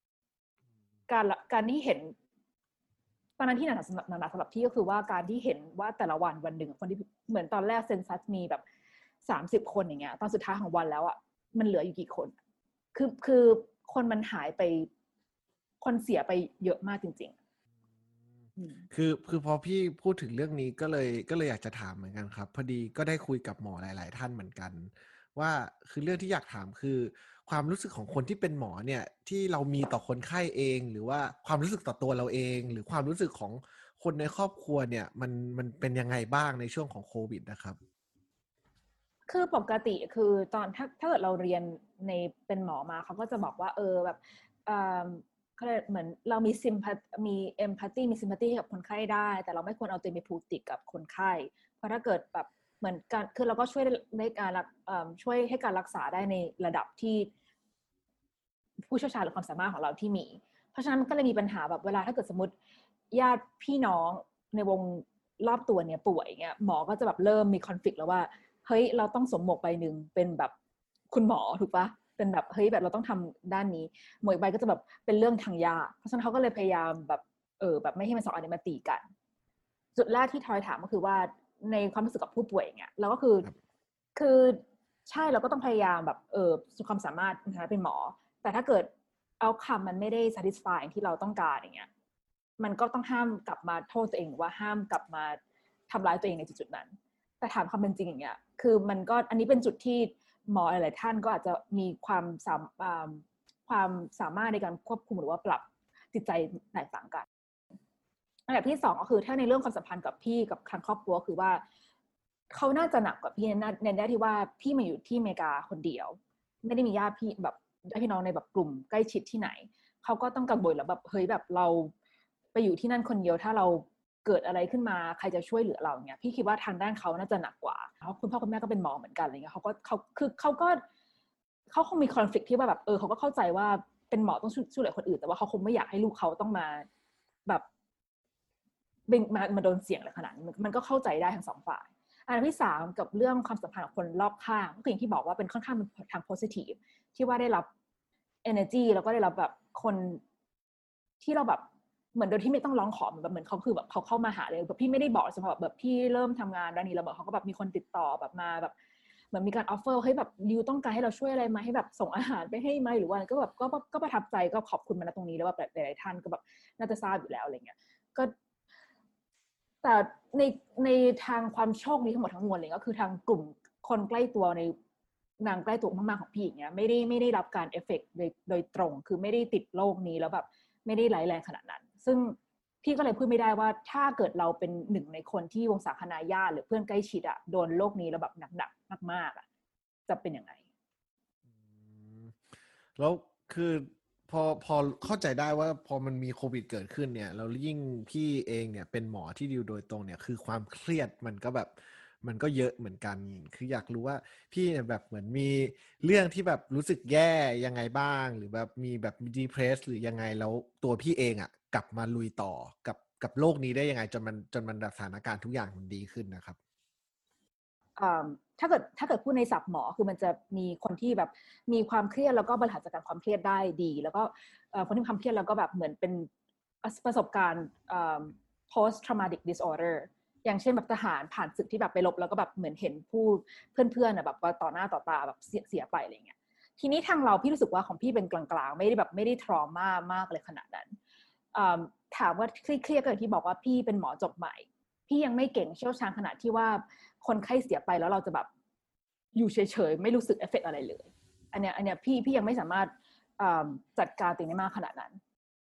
การที่เห็นตอนนั้นที่หนักสำหรับพี่ก็คือว่าการที่เห็นว่าแต่ละวันหนึ่งคนที่เหมือนตอนแรกเซนซัสมีแบบ30 คนอย่างเงี้ยตอนสุดท้ายของวันแล้วอ่ะมันเหลืออยู่กี่คนคือคนมันหายไปคนเสียไปเยอะมากจริงๆคือพอพี่พูดถึงเรื่องนี้ก็เลยอยากจะถามเหมือนกันครับพอดีก็ได้คุยกับหมอหลายๆท่านเหมือนกันว่าคือเรื่องที่อยากถามคือความรู้สึกของคนที่เป็นหมอเนี่ยที่เรามีต่อคนไข้เองหรือว่าความรู้สึกต่อตัวเราเอง หรือความรู้สึกของคนในครอบครัวเนี่ยมันเป็นยังไงบ้างในช่วงของโควิดนะครับคือปกติคือตอนถ้าเกิดเราเรียนในเป็นหมอมาเขาก็จะบอกว่าแบบเขาเรียกเหมือนเรามีมีเอมพัตตีมีซิมพัตตีกับคนไข้ได้แต่เราไม่ควรเอาตัวไปผูกติดกับคนไข้เพราะถ้าเกิดแบบเหมือนการคือเราก็ช่วยในการช่วยให้การรักษาได้ในระดับที่ผู้เชี่ยวชาญหรือความสามารถของเราที่มีเพราะฉะนั้นมันก็เลยมีปัญหาแบบเวลาถ้าเกิดสมมติญาติพี่น้องในวงรอบตัวเนี่ยป่วยเงี้ยหมอก็จะแบบเริ่มมีคอนฟ lict แล้วว่าเฮ้ยเราต้องสวมหมวกใบหนึ่งเป็นแบบคุณหมอถูกปะเป็นแบบเฮ้ยแบบเราต้องทำด้านนี้หมวกใบก็จะแบบเป็นเรื่องทางยาเพราะฉะนั้นเขาก็เลยพยายามแบบแบบไม่ให้มันสองอันนี้มาตีกันจุดแรกที่ทอยถามก็คือว่าในความรู้สึกกับผู้ป่วยเงี้ยเราก็คือใช่เราก็ต้องพยายามแบบสุดความสามารถในฐานะเป็นหมอแต่ถ้าเกิดoutcomeมันไม่ได้ satisfy ที่เราต้องการอย่างเงี้ยมันก็ต้องห้ามกลับมาโทษตัวเองหรือว่าห้ามกลับมาทำร้ายตัวเองในจุดนั้นแต่ถามความเป็นจริงอย่างเงี้ยคือมันก็อันนี้เป็นจุดที่หมอหลายๆท่านก็อาจจะมีความสามารถในการควบคุมหรือว่าปรับจิตใจแตกต่างกันอันดับที่2ก็คือถ้าในเรื่องความสัมพันธ์กับพี่กับทางครอบครัวคือว่าเขาน่าจะหนักกว่าพี่ในแง่ที่ว่าพี่มาอยู่ที่อเมริกาคนเดียวไม่ได้มีญาติพี่แบบญาติพี่น้องในแบบกลุ่มใกล้ชิดที่ไหนเขาก็ต้องกังวลแล้วแบบเฮ้ยแบบเราไปอยู่ที่นั่นคนเดียวถ้าเราเกิดอะไรขึ้นมาใครจะช่วยเหลือเราเงี้ยพี่คิดว่าทางด้านเขาน่าจะหนักกว่าเพราะคุณพ่อคุณแม่ก็เป็นหมอเหมือนกันอะไรเงี้ยเขาคงมีคอนฟลิกต์ที่ว่าแบบเขาก็เข้าใจว่าเป็นหมอต้องช่วยเหลือคนอื่นแต่ว่าเขาคงไม่อยากให้ลูกเขาต้องมาแบบมาโดนเสี่ยงอะไรขนาดนั้นมันก็เข้าใจได้ทั้งสองฝ่ายอันที่สามกับเรื่องความสัมพันธ์กับคนรอบข้างก็อย่างที่บอกว่าเป็นค่อนข้างเป็นทาง positive ที่ว่าได้รับ energy แล้วก็ได้รับแบบคนที่เราแบบเหมือนโดยที่ไม่ต้องร้องขอแบบเหมือนเขาคือแบบเขาเข้ามาหาเลยแบบพี่ไม่ได้บอกเฉพาะแบบพี่เริ่มทำงานด้านนี้แล้วแบบเขาก็แบบมีคนติดต่อแบบมาแบบเหมือนมีการออฟเฟอร์ให้แบบยูต้องการให้เราช่วยอะไรไหมให้แบบส่งอาหารไปให้ไหมหรือว่าก็แบบก็ประทับใจก็ขอบคุณมาณตรงนี้แล้วแบบหลายๆท่านก็แบบน่าจะทราบอยู่แล้วอะไรเงี้ยก็แต่ในทางความโชคดีทั้งหมดทั้งมวลเลยก็คือทางกลุ่มคนใกล้ตัวในนางใกล้ตัวมากๆของพี่อย่างเงี้ยไม่ได้รับการเอฟเฟกต์โดยตรงคือไม่ได้ติดโรคนี้แล้วแบบไม่ได้ร้ายแรงขนาดนั้นซึ่งพี่ก็เลยพูดไม่ได้ว่าถ้าเกิดเราเป็นหนึ่งในคนที่วงศาคณาญาติหรือเพื่อนใกล้ชิดอะโดนโรคนี้แล้วแบบหนักๆมากๆอะจะเป็นยังไงแล้วคือพอเข้าใจได้ว่าพอมันมีโควิดเกิดขึ้นเนี่ยแล้วยิ่งพี่เองเนี่ยเป็นหมอที่ดิวโดยตรงเนี่ยคือความเครียดมันก็แบบมันก็เยอะเหมือนกันคืออยากรู้ว่าพี่เนี่ยแบบเหมือนมีเรื่องที่แบบรู้สึกแย่ยังไงบ้างหรือแบบมีแบบdepressed หรือยังไงแล้วตัวพี่เองอ่ะกลับมาลุยต่อกับโลกนี้ได้ยังไงจนมันสถานการณ์ทุกอย่างมันดีขึ้นนะครับถ้าเกิดพูดในศัพท์หมอคือมันจะมีคนที่แบบมีความเครียดแล้วก็บริหารจัดการความเครียดได้ดีแล้วก็คนที่มีความเครียดแล้วก็แบบเหมือนเป็นประสบการณ์ post traumatic disorder อย่างเช่นแบบทหารผ่านศึกที่แบบไปรบแล้วก็แบบเหมือนเห็นเพื่อนๆแบบว่าต่อหน้าต่อตาแบบเสียไปอะไรเงี้ยทีนี้ทางเราพี่รู้สึกว่าของพี่เป็นกลางๆไม่ได้ทรมามากเลยขนาดนั้นถามว่าเครียดก็อย่างที่บอกว่าพี่เป็นหมอจบใหม่พี่ยังไม่เก่งเชี่ยวชาญขนาดที่ว่าคนไข้เสียไปแล้วเราจะแบบอยู่เฉยๆไม่รู้สึกเอฟเฟกต์อะไรเลยอันเนี้ยพี่ยังไม่สามารถจัดการตัวเองได้มากขนาดนั้น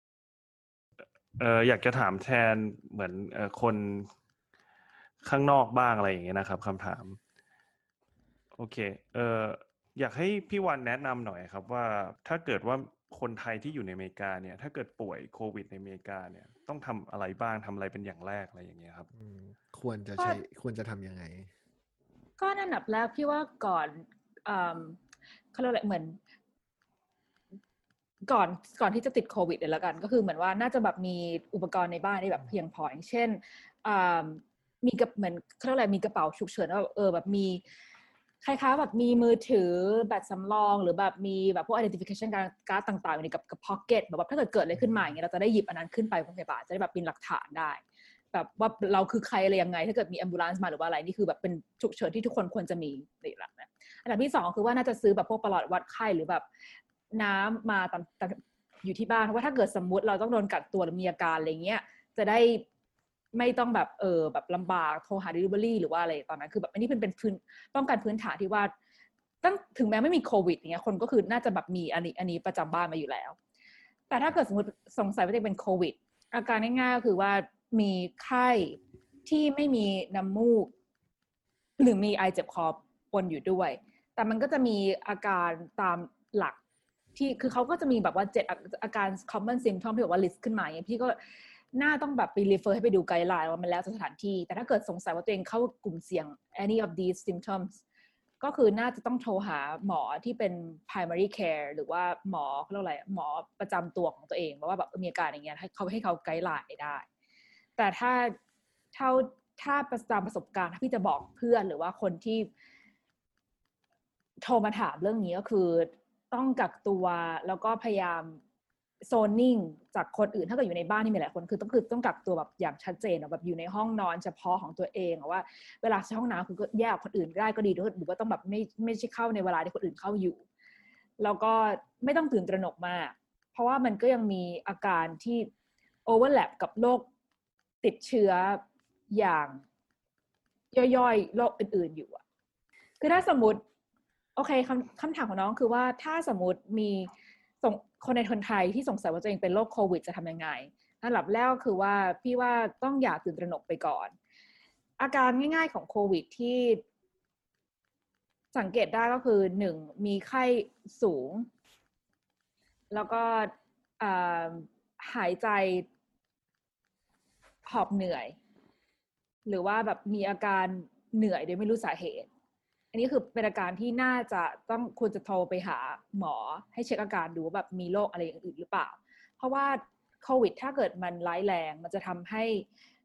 อยากจะถามแทนเหมือนคนข้างนอกบ้างอะไรอย่างเงี้ยนะครับคำถามโอเคอยากให้พี่วันแนะนำหน่อยครับว่าถ้าเกิดว่าคนไทยที่อยู่ในอเมริกาเนี่ยถ้าเกิดป่วยโควิดในอเมริกาเนี่ยต้องทำอะไรบ้างทำอะไรเป็นอย่างแรกอะไรอย่างเงี้ยครับควรจะทำยังไงก็อันดับแรกพี่ว่าก่อนเขาเรียกอะไรเหมือนก่อนที่จะติดโควิดเลยแล้วกันก็คือเหมือนว่าน่าจะแบบมีอุปกรณ์ในบ้านที่แบบเพียงพออย่างเช่นมีกับเหมือนเขาเรียกอะไรมีกระเป๋าฉุกเฉินว่าแบบมีคล้ายๆแบบมีมือถือแบตสำรองหรือแบบมีแบบพวก identification การ์ดต่างๆอยู่ในกับพ็อกเก็ตแบบว่าถ้าเกิดอะไรขึ้นมาอย่างเงี้ยเราจะได้หยิบอันนั้นขึ้นไปโรงพยาบาลจะได้แบบเป็นหลักฐานได้แบบว่าเราคือใครอะไรยังไงถ้าเกิดมี ambulance มาหรือว่าอะไรนี่คือแบบเป็นฉุกเฉินที่ทุกคนควรจะมีในหลักนะอันดับที่สองคือว่าน่าจะซื้อแบบพวกประหลอดวัดไข้หรือแบบน้ำมาตามอยู่ที่บ้านเพราะว่าถ้าเกิดสมมุติเราต้องโดนกักตัวหรือมีอาการอะไรเงี้ยจะได้ไม่ต้องแบบแบบลำบากโทรหา delivery หรือว่าอะไรตอนนั้นคือแบบอันนี้เป็นพื้นป้องกันพื้นฐานที่ว่าถึงแม้ไม่มีโควิดอย่างเงี้ยคนก็คือน่าจะแบบมีอันนี้ประจำบ้านมาอยู่แล้วแต่ถ้าเกิดสมมติสงสัยว่าจะเป็นโควิดอาการง่ายๆก็คือว่ามีไข้ที่ไม่มีน้ำมูกหรือมีไอเจ็บคอปนอยู่ด้วยแต่มันก็จะมีอาการตามหลักที่คือเขาก็จะมีแบบว่า7อาการ common symptom ที่บอกว่า list ขึ้นมาอย่างพี่ก็น่าต้องแบบไป refer ให้ไปดูไกด์ไลน์ว่ามันแล้วแต่สถานที่แต่ถ้าเกิดสงสัยว่าตัวเองเข้ากลุ่มเสี่ยง any of these symptoms ก็คือน่าจะต้องโทรหาหมอที่เป็น primary care หรือว่าหมอเขาเรียกอะไรหมอประจำตัวของตัวเองว่าแบบมีอาการอย่างเงี้ยให้เขาไกด์ไลน์ได้แต่ถ้าตามประสบการณ์ถ้าพี่จะบอกเพื่อนหรือว่าคนที่โทรมาถามเรื่องนี้ก็คือต้องกักตัวแล้วก็พยายามโซนนิ่งจากคนอื่นถ้าเกิดอยู่ในบ้านที่มีหลายคนคือต้องกักตัวแบบอย่างชัดเจนแบบอยู่ในห้องนอนเฉพาะของตัวเองว่าเวลาใช้ห้องน้ำคือก็แยกคนอื่นได้ก็ดีด้วยหรือว่าต้องแบบไม่ใช่เข้าในเวลาที่คนอื่นเข้าอยู่แล้วก็ไม่ต้องตื่นตระหนกมากเพราะว่ามันก็ยังมีอาการที่โอเวอร์แลปกับโรคติดเชื้ออย่างย่อยๆโรคอื่นๆอยู่อะคือถ้าสมมติโอเคคำถามของน้องคือว่าถ้าสมมติมีคนในคนไทยที่สงสัยว่าตัวเองเป็นโรคโควิดจะทำยังไงอันดับแรกคือว่าพี่ว่าต้องอย่าตื่นตระหนกไปก่อนอาการง่ายๆของโควิดที่สังเกตได้ก็คือ1มีไข้สูงแล้วก็หายใจหอบเหนื่อยหรือว่าแบบมีอาการเหนื่อยโดยไม่รู้สาเหตุอันนี้คือเป็นอาการที่น่าจะต้องควรจะโทรไปหาหมอให้เช็คอาการดูว่าแบบมีโรคอะไรอย่างอื่นหรือเปล่าเพราะว่าโควิดถ้าเกิดมันร้ายแรงมันจะทำให้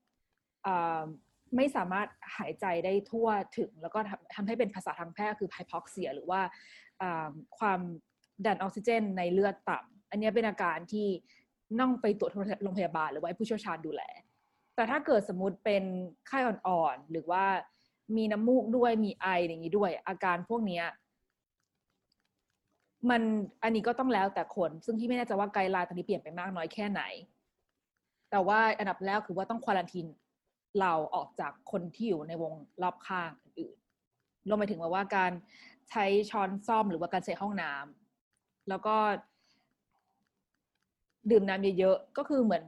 ไม่สามารถหายใจได้ทั่วถึงแล้วก็ทำให้เป็นภาษาทางแพทย์คือ hypoxia หรือว่าความดันออกซิเจนในเลือดต่ำอันนี้เป็นอาการที่ต้องไปตรวจโรงพยาบาลหรือว่าให้ผู้เชี่ยวชาญดูแลแต่ถ้าเกิดสมมุติเป็นไข้อ่อนๆหรือว่ามีน้ำมูกด้วยมีไออย่างนี้ด้วยอาการพวกนี้มันอันนี้ก็ต้องแล้วแต่คนซึ่งที่ไม่แน่ใจว่าไกด์ไลน์ตอนนี้เปลี่ยนไปมากน้อยแค่ไหนแต่ว่าอันดับแรกคือว่าต้องควอรันทีนเราออกจากคนที่อยู่ในวงรอบข้างอื่นรวมไปถึงว่าการใช้ช้อนส้อมหรือว่าการใช้ห้องน้ำแล้วก็ดื่มน้ำเยอะๆก็คือเหมือน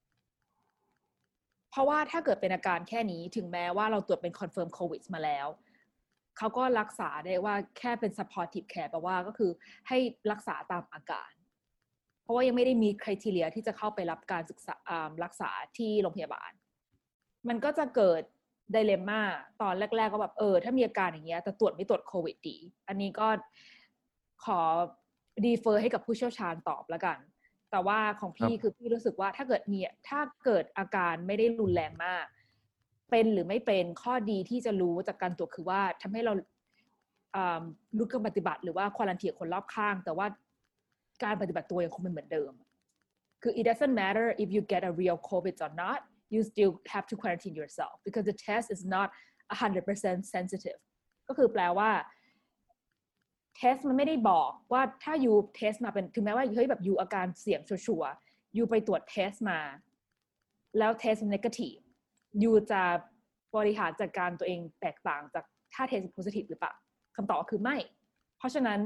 เพราะว่าถ้าเกิดเป็นอาการแค่นี้ถึงแม้ว่าเราตรวจเป็นคอนเฟิร์มโควิดมาแล้วเขาก็รักษาได้ว่าแค่เป็น supportive care แปลว่าก็คือให้รักษาตามอาการเพราะว่ายังไม่ได้มีคุณทีเรียที่จะเข้าไปรับการศึกษารักษาที่โรงพยาบาลมันก็จะเกิดไดเลมม่าตอนแรกๆก็แบบถ้ามีอาการอย่างเงี้ยแต่ตรวจไม่ตรวจโควิดดีอันนี้ก็ขอดีเฟอร์ให้กับผู้เชี่ยวชาญตอบแล้วกันแต่ว่าของพี่คือพี่รู้สึกว่าถ้าเกิดอาการไม่ได้รุนแรงมากเป็นหรือไม่เป็นข้อดีที่จะรู้จากการตรวจคือว่าทำให้เรารู้การปฏิบัติหรือว่าควอลันทีนคนรอบข้างแต่ว่าการปฏิบัติตัวยังคงเป็นเหมือนเดิมคือ it doesn't matter if you get a real COVID or not you still have to quarantine yourself because the test is not 100% sensitive ก็คือแปลว่าเทสมันไม่ได้บอกว่าถ้ายูเทสมาเป็นถึงแม้ว่าเฮ้ยแบบยูอาการเสี่ยงชัวร์ๆยูไปตรวจเทสมาแล้วเทสเป็น negative ยูจะบริหารจัดการตัวเองแตกต่างจากถ้าเทสเป็น positive หรือเปล่าคำตอบคือไม่เพราะฉะนั้น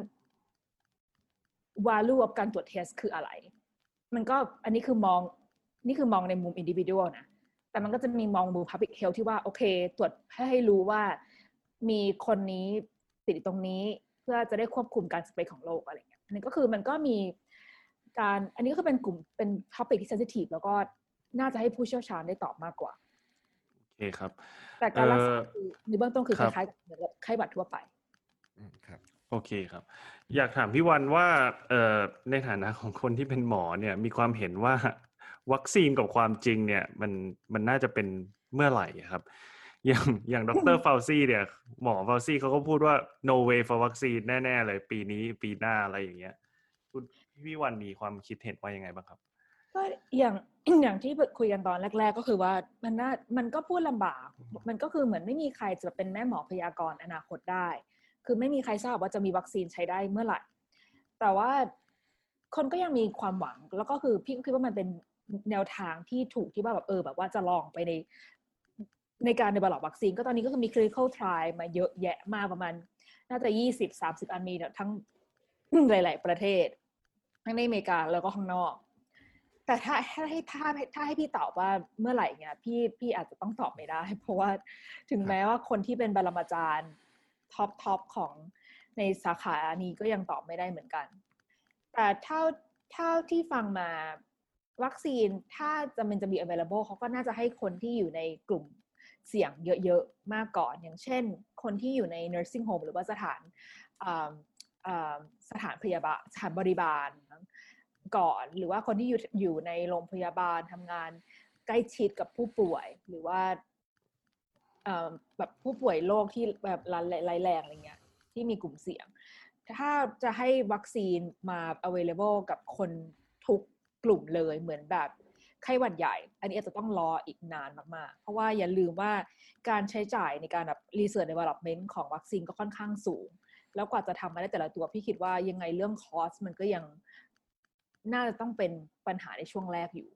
value of การตรวจเทสคืออะไรมันก็อันนี้คือมองในมุม individual นะแต่มันก็จะมีมองมุม public health ที่ว่าโอเคตรวจให้รู้ว่ามีคนนี้ติดตรงนี้เพื่อจะได้ควบคุมการสเปรดของโรคอะไรเงี้ยอันนี้ก็คือมันก็มีการอันนี้ก็เป็นกลุ่มเป็น topic ที่ sensitive แล้วก็น่าจะให้ผู้เชี่ยวชาญได้ตอบมากกว่าโอเคครับแต่การรักษาคือในเบื้องต้นคือคล้ายๆกับไข้หวัดทั่วไปครับโอเคครับอยากถามพี่วันว่าในฐานะของคนที่เป็นหมอเนี่ยมีความเห็นว่าวัคซีนกับความจริงเนี่ยมันน่าจะเป็นเมื่อไหร่ครับอย่างดร. ฟาวซี่เนี่ยหมอฟาวซี่เขาก็พูดว่า no way for วัคซีนแน่ๆเลยปีนี้ปีหน้าอะไรอย่างเงี้ยคุณพี่วันมีความคิดเห็นว่ายังไงบ้างครับก็อย่างที่คุยกันตอนแรกๆก็คือว่ามันก็พูดลำบากมันก็คือเหมือนไม่มีใครจะเป็นแม่หมอพยากรณ์อนาคตได้คือไม่มีใครทราบว่าจะมีวัคซีนใช้ได้เมื่อไหร่แต่ว่าคนก็ยังมีความหวังแล้วก็คือพี่ก็คิดว่ามันเป็นแนวทางที่ถูกที่ว่าแบบแบบว่าจะลองไปในการdevelopวัคซีนก็ตอนนี้ก็คือมี clinical trial มาเยอะแยะมากประมาณน่าจะ20-30 อันมีทั้งหลายๆประเทศทั้งในอเมริกาแล้วก็ข้างนอกแต่ถ้าให้พี่ตอบว่าเมื่อไหร่เนี่ยพี่อาจจะต้องตอบไม่ได้เพราะว่าถึงแม้ว่าคนที่เป็นปรมาจารย์ท็อปของในสาขานี้ก็ยังตอบไม่ได้เหมือนกันแต่เท่าที่ฟังมาวัคซีนถ้าจะมี available เขาก็น่าจะให้คนที่อยู่ในกลุ่มเสี่ยงเยอะๆมากก่อนอย่างเช่นคนที่อยู่ใน nursing home หรือว่าสถานพยาบาลสถานบริบาลก่อนหรือว่าคนที่อยู่ในโรงพยาบาลทำงานใกล้ชิดกับผู้ป่วยหรือว่าแบบผู้ป่วยโรคที่แบบร้ายแรงอะไรเงี้ยที่มีกลุ่มเสี่ยงถ้าจะให้วัคซีนมา available กับคนทุกกลุ่มเลยเหมือนแบบไข้หวัดใหญ่อันนี้อาจจะต้องรออีกนานมากๆเพราะว่าอย่าลืมว่าการใช้จ่ายในการแบบ research development ของวัคซีนก็ค่อนข้างสูงแล้วกว่าจะทำมาได้แต่ละตัวพี่คิดว่ายังไงเรื่องคอสมันก็ยังน่าจะต้องเป็นปัญหาในช่วงแรกอยู่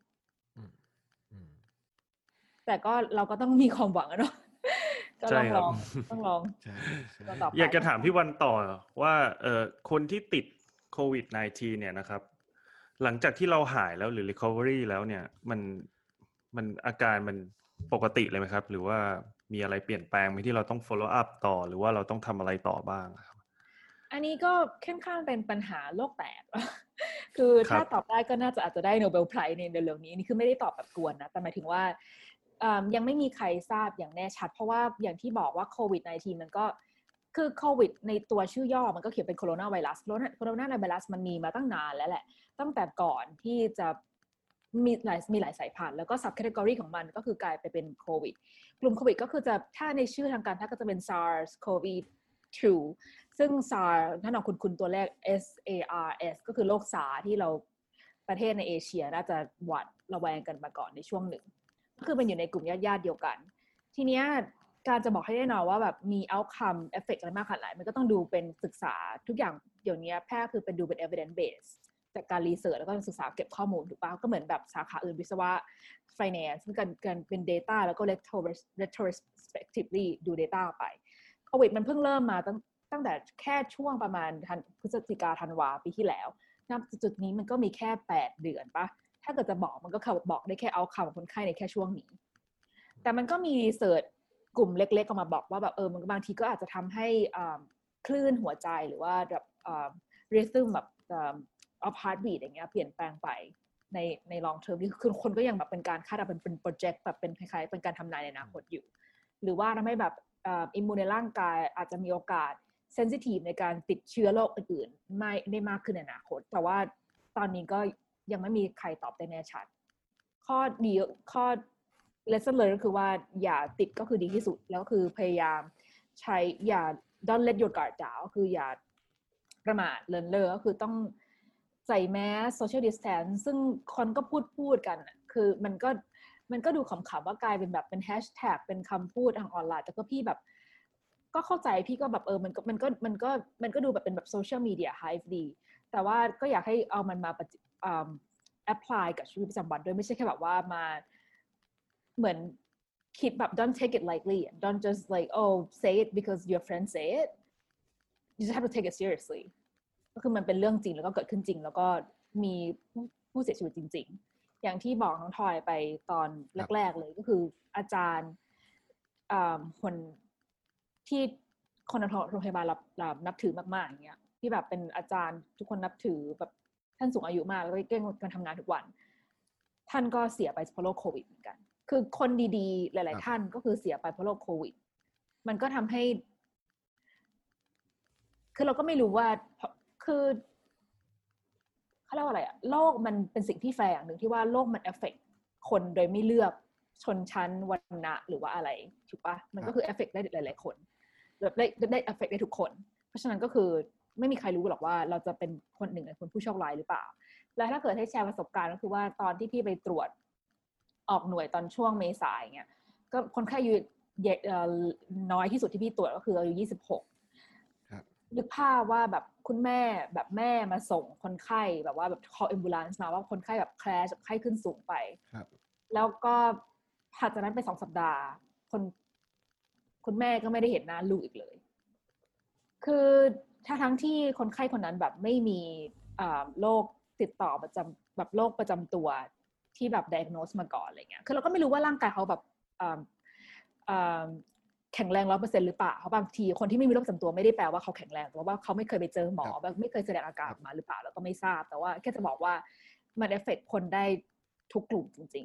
แต่ก็เราก็ต้องมีความหวังอะเนาะก็ต้องลองอยากจะถามพี่วันต่อว่าคนที่ติดโควิด -19 เนี่ยนะครับหลังจากที่เราหายแล้วหรือ recovery แล้วเนี่ยมันอาการมันปกติเลยไหมครับหรือว่ามีอะไรเปลี่ยนแปลงไหมที่เราต้อง follow up ต่อหรือว่าเราต้องทำอะไรต่อบ้างครับอันนี้ก็ค่อนข้างเป็นปัญหาโลกแตก คือถ้าตอบได้ก็น่าจะอาจจะได้โนเบลไพรส์ในเร็วๆนี้นี่คือไม่ได้ตอบแบบกวนนะแต่หมายถึงว่ายังไม่มีใครทราบอย่างแน่ชัดเพราะว่าอย่างที่บอกว่าโควิด -19 มันก็คือโควิดในตัวชื่อย่อมันก็เขียนเป็นโคโรนาไวรัสโคโรนาไวรัสมันมีมาตั้งนานแล้วแหละตั้งแต่ก่อนที่จะมีหลายสายพันธุ์แล้วก็ subcategory ของมันก็คือกลายไปเป็นโควิดกลุ่มโควิดก็คือจะถ้าในชื่อทางการแพทย์ก็จะเป็น SARS-CoV-2 ซึ่ง SARS ถ้าน้องคุณตัวแรก SARS ก็คือโรคซาร์ที่เราประเทศในเอเชียน่าจะหวาดระแวงกันมาก่อนในช่วงหนึ่งก็คือมันอยู่ในกลุ่มญาติเดียวกันทีเนี้ยการจะบอกให้แน่นอนว่าแบบมี outcome effect อะไรมากขนาดไหนมันก็ต้องดูเป็นศึกษาทุกอย่างเดี๋ยวนี้แพทย์คือเป็นดูเป็น evidence base จากการรีเสิร์ชแล้วก็ศึกษาเก็บข้อมูลถูกป่ะก็เหมือนแบบสาขาอื่นวิศวะ finance การเป็น data แล้วก็ retrospectively ดู data ไปโควิดมันเพิ่งเริ่มมาตั้งแต่แค่ช่วงประมาณพฤศจิกาธันวาปีที่แล้วณจุดนี้มันก็มีแค่8 เดือนป่ะถ้าเกิดจะบอกมันก็บอกได้แค่ outcome ของคนไข้ในแค่ช่วงนี้แต่มันก็มีรีเสิร์ชกลุ่มเล็กๆออกมาบอกว่าแบบมันบางทีก็อาจจะทำให้คลื่นหัวใจหรือว่าแบบrhythm แบบof heartbeat อย่างเงี้ยเปลี่ยนแปลงไปใน long term นี่คือคนก็ยังแบบเป็นการคาดเดาเป็น project แบบเป็นคล้ายๆเป็นการทำนายในอนาคตอยู่หรือว่าทำให้แบบอิมมูนในร่างกายอาจจะมีโอกาสเซนซิทีฟในการติดเชื้อโรคอื่นๆไม่ได้มากขึ้นในอนาคตแต่ว่าตอนนี้ก็ยังไม่มีใครตอบได้แน่ชัดข้อดีข้อ lesson learned ก็คือว่าอย่าติดก็คือดีที่สุดแล้วคือพยายามใช้อย่า don't let your guard down คืออย่าประมาทเลินเล่อก็คือต้องใส่แมส social distance ซึ่งคนก็พูดกันคือมันก็ดูขำๆว่ากลายเป็นแบบเป็นแฮชแท็กเป็นคำพูดทางออนไลน์แต่ก็พี่แบบก็เข้าใจพี่ก็แบบมันก็ดูแบบเป็นแบบโซเชียลมีเดียไฮฟ์ดีแต่ว่าก็อยากให้เอามันมาapply กับชีวิตประจำวันด้วยไม่ใช่แค่แบบว่ามาเหมือนคิดแบบ don't take it lightly don't just like oh say it because your friends say it you just have to take it seriously ก็คือมันเป็นเรื่องจริงแล้วก็เกิดขึ้นจริงแล้วก็มีผู้เสียชีวิตจริงๆอย่างที่บอกน้องทอยไปตอนแรกๆเลยก็คืออาจารย์คนที่คนในโรงพยาบาลนับถือมากๆอย่างเงี้ยที่แบบเป็นอาจารย์ทุกคนนับถือแบบท่านสูงอายุมากแล้วก็เก่งการทำงานทุกวันท่านก็เสียไปเพราะโรคโควิดเหมือนกันคือคนดีๆหลายๆท่านก็คือเสียไปเพราะโรคโควิดมันก็ทำให้คือเราก็ไม่รู้ว่าคือเขาเรียกว่าอะไรอะโลกมันเป็นสิ่งที่แฝงอย่างหนึ่งที่ว่าโลกมันเอฟเฟกต์คนโดยไม่เลือกชนชั้นวรรณะหรือว่าอะไรถูกปะมันก็คือเอฟเฟกต์ได้หลายๆคนแบบได้เอฟเฟกต์ได้ทุกคนเพราะฉะนั้นก็คือไม่มีใครรู้หรอกว่าเราจะเป็นคนหนึ่งในคนผู้โชคร้ายหรือเปล่าแล้วถ้าเกิดให้แชร์ประสบการณ์ก็คือว่าตอนที่พี่ไปตรวจออกหน่วยตอนช่วงเมษายนเงี้ยก็คนไข้อายุน้อยที่สุดที่พี่ตรวจก็คืออายุ26นึกภาพว่าแบบคุณแม่แบบแม่มาส่งคนไข้แบบว่าแบบ call ambulance มาว่าคนไข้แบบแคร์ไข้ขึ้นสูงไปแล้วก็ถัดจากนั้นไป2 สัปดาห์คุณแม่ก็ไม่ได้เห็นหน้าลูกอีกเลยคือทั้งที่คนไข้คนนั้นแบบไม่มีโรคติดต่อประจำแบบโรคประจำตัวที่แบบ diagnose มาก่อนอะไรเงี้ยคือเราก็ไม่รู้ว่าร่างกายเขาแบบแข็งแรง 100% หรือเปล่าเพราะบางทีคนที่ไม่มีโรคประจำตัวไม่ได้แปลว่าเขาแข็งแรงแต่ว่าเขาไม่เคยไปเจอหมอแบบไม่เคยแสดงอาการมาหรือเปล่าแล้วก็ไม่ทราบแต่ว่าแค่จะบอกว่ามันเอฟเฟกต์คนได้ทุกกลุ่มจริง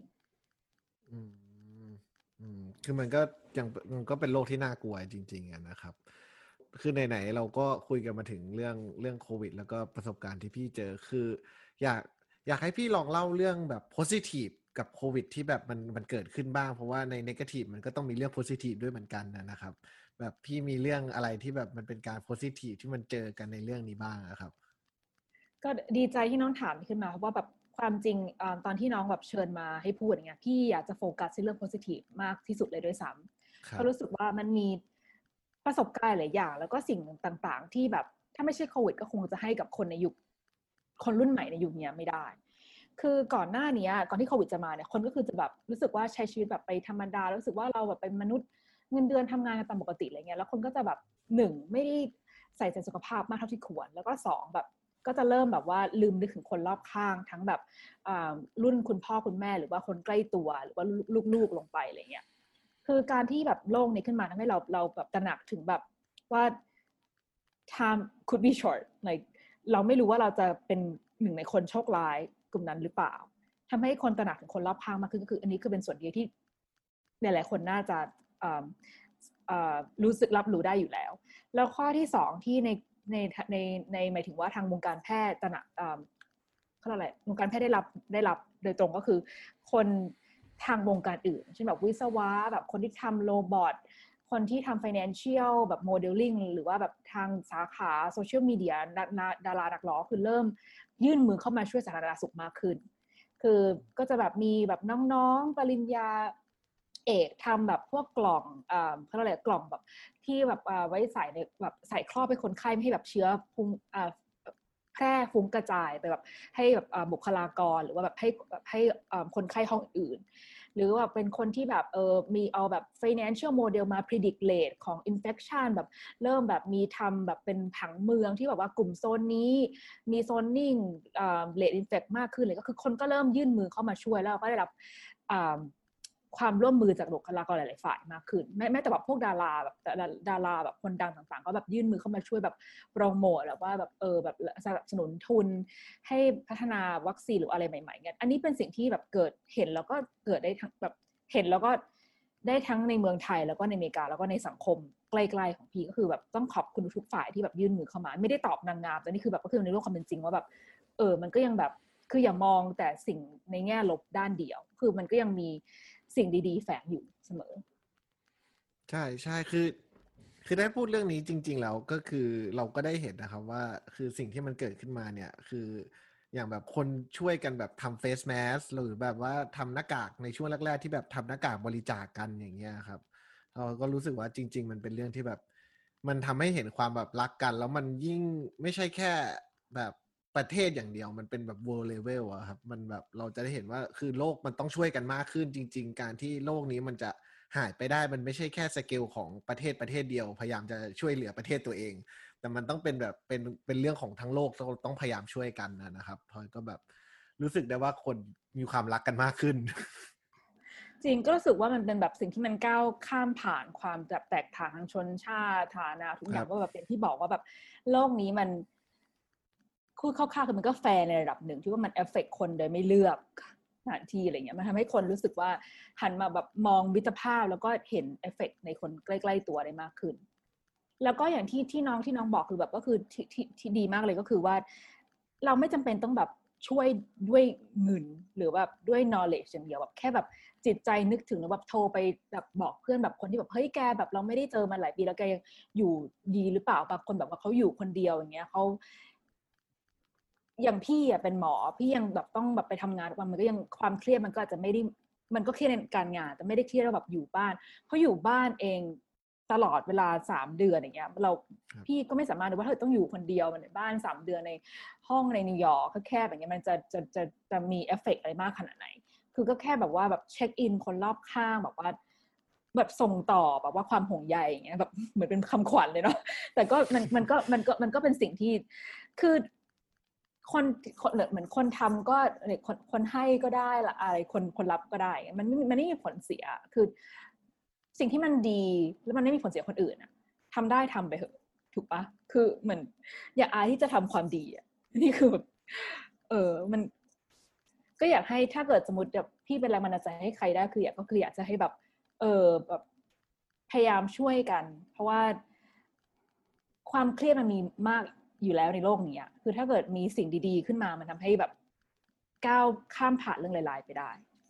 ๆคือมันก็เป็นโรคที่น่ากลัวจริงๆนะครับคือไหนๆเราก็คุยกันมาถึงเรื่องโควิดแล้วก็ประสบการณ์ที่พี่เจอคืออยากให้พี่ลองเล่าเรื่องแบบ positive กับโควิดที่แบบมันเกิดขึ้นบ้างเพราะว่าใน negative มันก็ต้องมีเรื่อง positive ด้วยเหมือนกันนะครับแบบพี่มีเรื่องอะไรที่แบบมันเป็นการ positive ที่มันเจอกันในเรื่องนี้บ้างครับก็ดีใจที่น้องถามขึ้นมาเพราะว่าแบบความจริงตอนที่น้องแบบเชิญมาให้พูดอย่างเงี้ยพี่อยากจะโฟกัสในเรื่อง positive มากที่สุดเลยด้วยซ้ำเพราะรู้สึกว่ามันมีประสบการณ์หลายอย่างแล้วก็สิ่งต่างๆที่แบบถ้าไม่ใช่โควิดก็คงจะให้กับคนในยุคคนรุ่นใหม่ในยุคนี้ไม่ได้คือก่อนหน้านี้ก่อนที่โควิดจะมาเนี่ยคนก็คือจะแบบรู้สึกว่าใช้ชีวิตแบบไปธรรมดารู้สึกว่าเราแบบเป็นมนุษย์เงินเดือนทำงานกันตามปกติอะไรเงี้ยแล้วคนก็จะแบบ1ไม่ได้ใส่ใจสุขภาพมากเท่าที่ควรแล้วก็2แบบก็จะเริ่มแบบว่าลืมนึกถึงคนรอบข้างทั้งแบบรุ่นคุณพ่อคุณแม่หรือว่าคนใกล้ตัวหรือว่าลูกๆลงไปอะไรเงี้ยคือการที่แบบโลกนี้ขึ้นมาทำให้เราแบบตระหนักถึงแบบว่า time could be short like เราไม่รู้ว่าเราจะเป็นหนึ่งในคนโชคร้ายกลุ่มนั้นหรือเปล่าทำให้คนตระหนักถึงคนรอบข้างมากขึ้นก็คืออันนี้คือเป็นส่วนเดียวที่หลายๆคนน่าจะรู้สึกรับรู้ได้อยู่แล้วแล้วข้อที่สองที่ในหมายถึงว่าทางวงการแพทย์ตระหนักเขาเรียกอะไรวงการแพทย์ได้รับโดยตรงก็คือคนทางวงการอื่นเช่นแบบวิศวะแบบคนที่ทำโรบอทคนที่ทำ financial แบบ modeling หรือว่าแบบทางสาขา social media ดารานักร้องคือเริ่มยื่นมือเข้ามาช่วยสาธารณสุขมากขึ้นคือก็จะแบบมีแบบน้องๆปริญญาเอกทำแบบพวกกล่องเขาเรียกอะไรกล่องแบบที่แบบไว้ใส่ในแบบใส่ครอบให้คนไข้ไม่ให้แบบเชื้อแพร่ฟุ้งกระจายไปแบบให้แบบบุคลากรหรือว่าแบบให้คนไข้ห้องอื่นหรือว่าเป็นคนที่แบบมีเอาแบบ financial model มา predict rate ของ infection แบบเริ่มแบบมีทำแบบเป็นผังเมืองที่แบบว่ากลุ่มโซนนี้มี zoning rate infect มากขึ้นเลยก็คือคนก็เริ่มยื่นมือเข้ามาช่วยแล้วก็ได้รับความร่วมมือจากบุคลากรหลายๆฝ่ายมากขึ้นแม้แต่แบบพวกดาราแบบคนดังต่างๆก็แบบยื่นมือเข้ามาช่วยแบบโปรโมทแบบว่าแบบแบบสนับสนุนทุนให้พัฒนาวัคซีนหรืออะไรใหม่ๆเงี้ยอันนี้เป็นสิ่งที่แบบเกิดเห็นแล้วก็เกิดได้ทั้งแบบเห็นแล้วก็ได้ทั้งในเมืองไทยแล้วก็ในอเมริกาแล้วก็ในสังคมใกล้ๆของพี่ก็คือแบบต้องขอบคุณทุกฝ่ายที่แบบยื่นมือเข้ามาไม่ได้ตอบนางงามแต่นี่คือแบบก็คือในโลกความเป็นจริงว่าแบบมันก็ยังแบบคืออย่ามองแต่สิ่งในแง่ลบด้านเดียวคือมันก็ยังมีสิ่งดีๆแฝงอยู่เสมอใช่ใช่คือได้พูดเรื่องนี้จริงๆแล้วก็คือเราก็ได้เห็นนะครับว่าคือสิ่งที่มันเกิดขึ้นมาเนี่ยคืออย่างแบบคนช่วยกันแบบทำเฟสแมสหรือแบบว่าทำหน้ากากในช่วงแรกๆที่แบบทำหน้ากากบริจาคกันอย่างเงี้ยครับเราก็รู้สึกว่าจริงๆมันเป็นเรื่องที่แบบมันทำให้เห็นความแบบรักกันแล้วมันยิ่งไม่ใช่แค่แบบประเทศอย่างเดียวมันเป็นแบบ world level อะครับมันแบบเราจะได้เห็นว่าคือโลกมันต้องช่วยกันมากขึ้นจริงๆการที่โลกนี้มันจะหายไปได้มันไม่ใช่แค่สเกลของประเทศเดียวพยายามจะช่วยเหลือประเทศตัวเองแต่มันต้องเป็นแบบเป็นเรื่องของทั้งโลกต้องพยายามช่วยกันนะครับทอยก็แบบรู้สึกได้ว่าคนมีความรักกันมากขึ้นจริงก็รู้สึกว่ามันเป็นแบบสิ่งที่มันก้าวข้ามผ่านความแบบแตกต่างทางชนชาติฐานะทุกอย่างก็แบบเป็นที่บอกว่าแบบโลกนี้มันพูดคร่าวๆคือมันก็แฟร์ในระดับหนึ่งที่ว่ามันเอฟเฟกคนโดยไม่เลือกสถานที่อะไรเงี้ยมันทำให้คนรู้สึกว่าหันมาแบบมองมิตรภาพแล้วก็เห็นเอฟเฟกในคนใกล้ๆตัวได้มากขึ้นแล้วก็อย่างที่น้องบอกคือแบบก็คือที่ดีมากเลยก็คือว่าเราไม่จำเป็นต้องแบบช่วยด้วยเงินหรือแบบด้วย knowledge อย่างเดียวแบบแค่แบบจิตใจนึกถึงหรือแบบโทรไปแบบบอกเพื่อนแบบคนที่แบบเฮ้ยแกแบบเราไม่ได้เจอมาหลายปีแล้วแกยังอยู่ดีหรือเปล่าบางคนแบบว่าเขาอยู่คนเดียวอย่างเงี้ยเขาอย่างพี่อ่ะเป็นหมอพี่ยังแบบต้องแบบไปทำงานทุกวันมันก็ยังความเครียดมันก็อาจจะไม่ได้มันก็เครียดในการงานแต่ไม่ได้เครียดว่าแบบอยู่บ้านเขาอยู่บ้านเองตลอดเวลา3 เดือนอย่างเงี้ยพี่ก็ไม่สามารถดูว่าเธอต้องอยู่คนเดียวในบ้าน3 เดือนในห้องในนิวยอร์กแคบๆอย่างเงี้ยมันจะมีเอฟเฟกต์อะไรมากขนาดไหนคือก็แค่แบบว่าแบบเช็คอินคนรอบข้างแบบว่าแบบส่งต่อแบบว่าความห่วงใยอย่างเงี้ยแบบเหมือนเป็นคำขวัญเลยเนาะแต่ก็มันก็เป็นสิ่งที่คือคนเหมือนคนทำก็คนให้ก็ได้ละอะไรคนรับก็ได้มันไม่มีผลเสียคือสิ่งที่มันดีแล้วมันไม่มีผลเสียคนอื่นอะทำได้ทำไปเถอะถูกปะคือเหมือนอย่าอายที่จะทำความดีอ่ะนี่คือแบบมันก็อยากให้ถ้าเกิดสมมติแบบพี่เป็นแรงบันดาลใจให้ใครได้คืออยากจะให้แบบแบบพยายามช่วยกันเพราะว่าความเครียดมันมีมากอยู่แล้วในโลกนี้คือถ้าเกิดมีสิ่งดีๆขึ้นมามันทำให้แบบก้าวข้ามผ่านเรื่องร้ายๆไปได้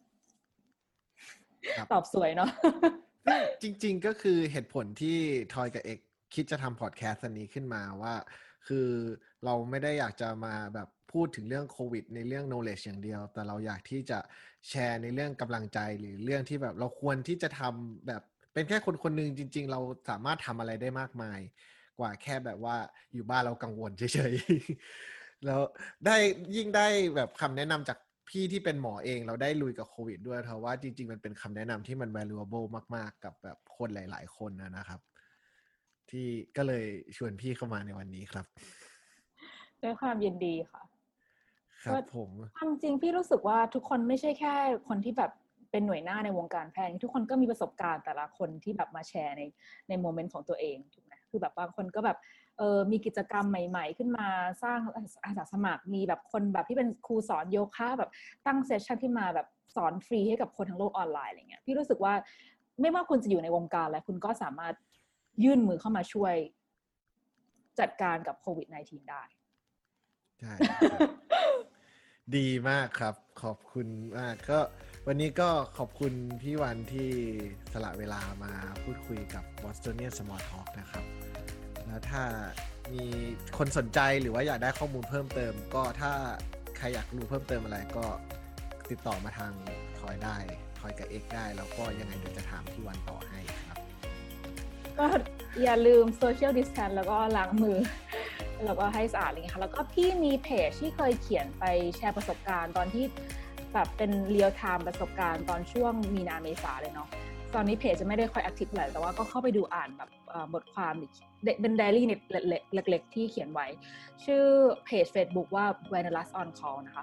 ตอบสวยเนาะจริงๆก็คือเหตุผลที่ทอยกับเอกคิดจะทำพอดแคสต์อันนี้ขึ้นมาว่าคือเราไม่ได้อยากจะมาแบบพูดถึงเรื่องโควิดในเรื่อง knowledge อย่างเดียวแต่เราอยากที่จะแชร์ในเรื่องกำลังใจหรือเรื่องที่แบบเราควรที่จะทำแบบเป็นแค่คนคนหนึ่งจริงๆเราสามารถทำอะไรได้มากมายกว่าแค่แบบว่าอยู่บ้านเรากังวลเฉยๆแล้วได้ยิ่งได้แบบคำแนะนำจากพี่ที่เป็นหมอเองเราได้ลุยกับโควิดด้วยเพราะว่าจริงๆมันเป็นคำแนะนำที่มัน valuable มากๆกับแบบคนหลายๆคนนะครับที่ก็เลยชวนพี่เข้ามาในวันนี้ครับด้วยความยินดีค่ะครับผมความจริงพี่รู้สึกว่าทุกคนไม่ใช่แค่คนที่แบบเป็นหน่วยหน้าในวงการแพทย์ทุกคนก็มีประสบการณ์แต่ละคนที่แบบมาแชร์ในโมเมนต์ของตัวเองถูกไหมคือแบบบางคนก็แบบมีกิจกรรมใหม่ๆขึ้นมาสร้างอาสาสมัครมีแบบคนแบบที่เป็นครูสอนโยคะแบบตั้งเซสชั่นขึ้นมาแบบสอนฟรีให้กับคนทั้งโลกออนไลน์อะไรเงี้ยพี่รู้สึกว่าไม่ว่าคุณจะอยู่ในวงการอะไรคุณก็สามารถยื่นมือเข้ามาช่วยจัดการกับโควิด -19 ได้ใช่ ดีมากครับขอบคุณมากก็วันนี้ก็ขอบคุณพี่วันที่สละเวลามาพูดคุยกับ Bostonian Small Talk นะครับแล้วถ้ามีคนสนใจหรือว่าอยากได้ข้อมูลเพิ่มเติมก็ถ้าใครอยากรู้เพิ่มเติมอะไรก็ติดต่อมาทางทอยได้ทอยกับเอกได้แล้วก็ยังไงเดี๋ยวจะถามพี่วันต่อให้ครับก็อย่าลืม social distance แล้วก็ล้างมือแล้วก็ให้สะอาดอะไรเงี้ยค่ะแล้วก็พี่มีเพจที่เคยเขียนไปแชร์ประสบการณ์ตอนที่แบบเป็น real time ประสบการณ์ตอนช่วงมีนาเมษาเลยเนาะตอนนี้เพจจะไม่ได้ค่อย active เลยแต่ว่าก็เข้าไปดูอ่านแบบบทความเป็นไดอารี่เล็กๆที่เขียนไว้ชื่อเพจ Facebook ว่า Vanderlust on Call นะคะ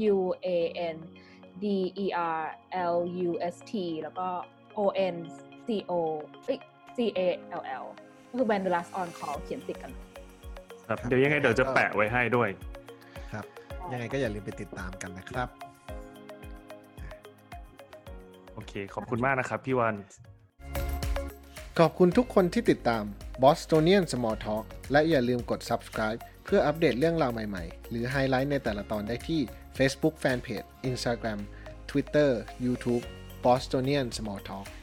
WANDERLUST แล้วก็ ONCOCALL ก็คือ Vanderlust on Call เขียนติดกันครับเดี๋ยวยังไงเดี๋ยวจะแปะไว้ให้ด้วยครับยังไงก็อย่าลืมไปติดตามกันนะครับโอเคขอบคุณมากนะครับพี่วันขอบคุณทุกคนที่ติดตาม Bostonian Small Talk และอย่าลืมกด subscribe เพื่ออัปเดตเรื่องราวใหม่ๆหรือไฮไลท์ในแต่ละตอนได้ที่ Facebook Fanpage Instagram Twitter YouTube Bostonian Small Talk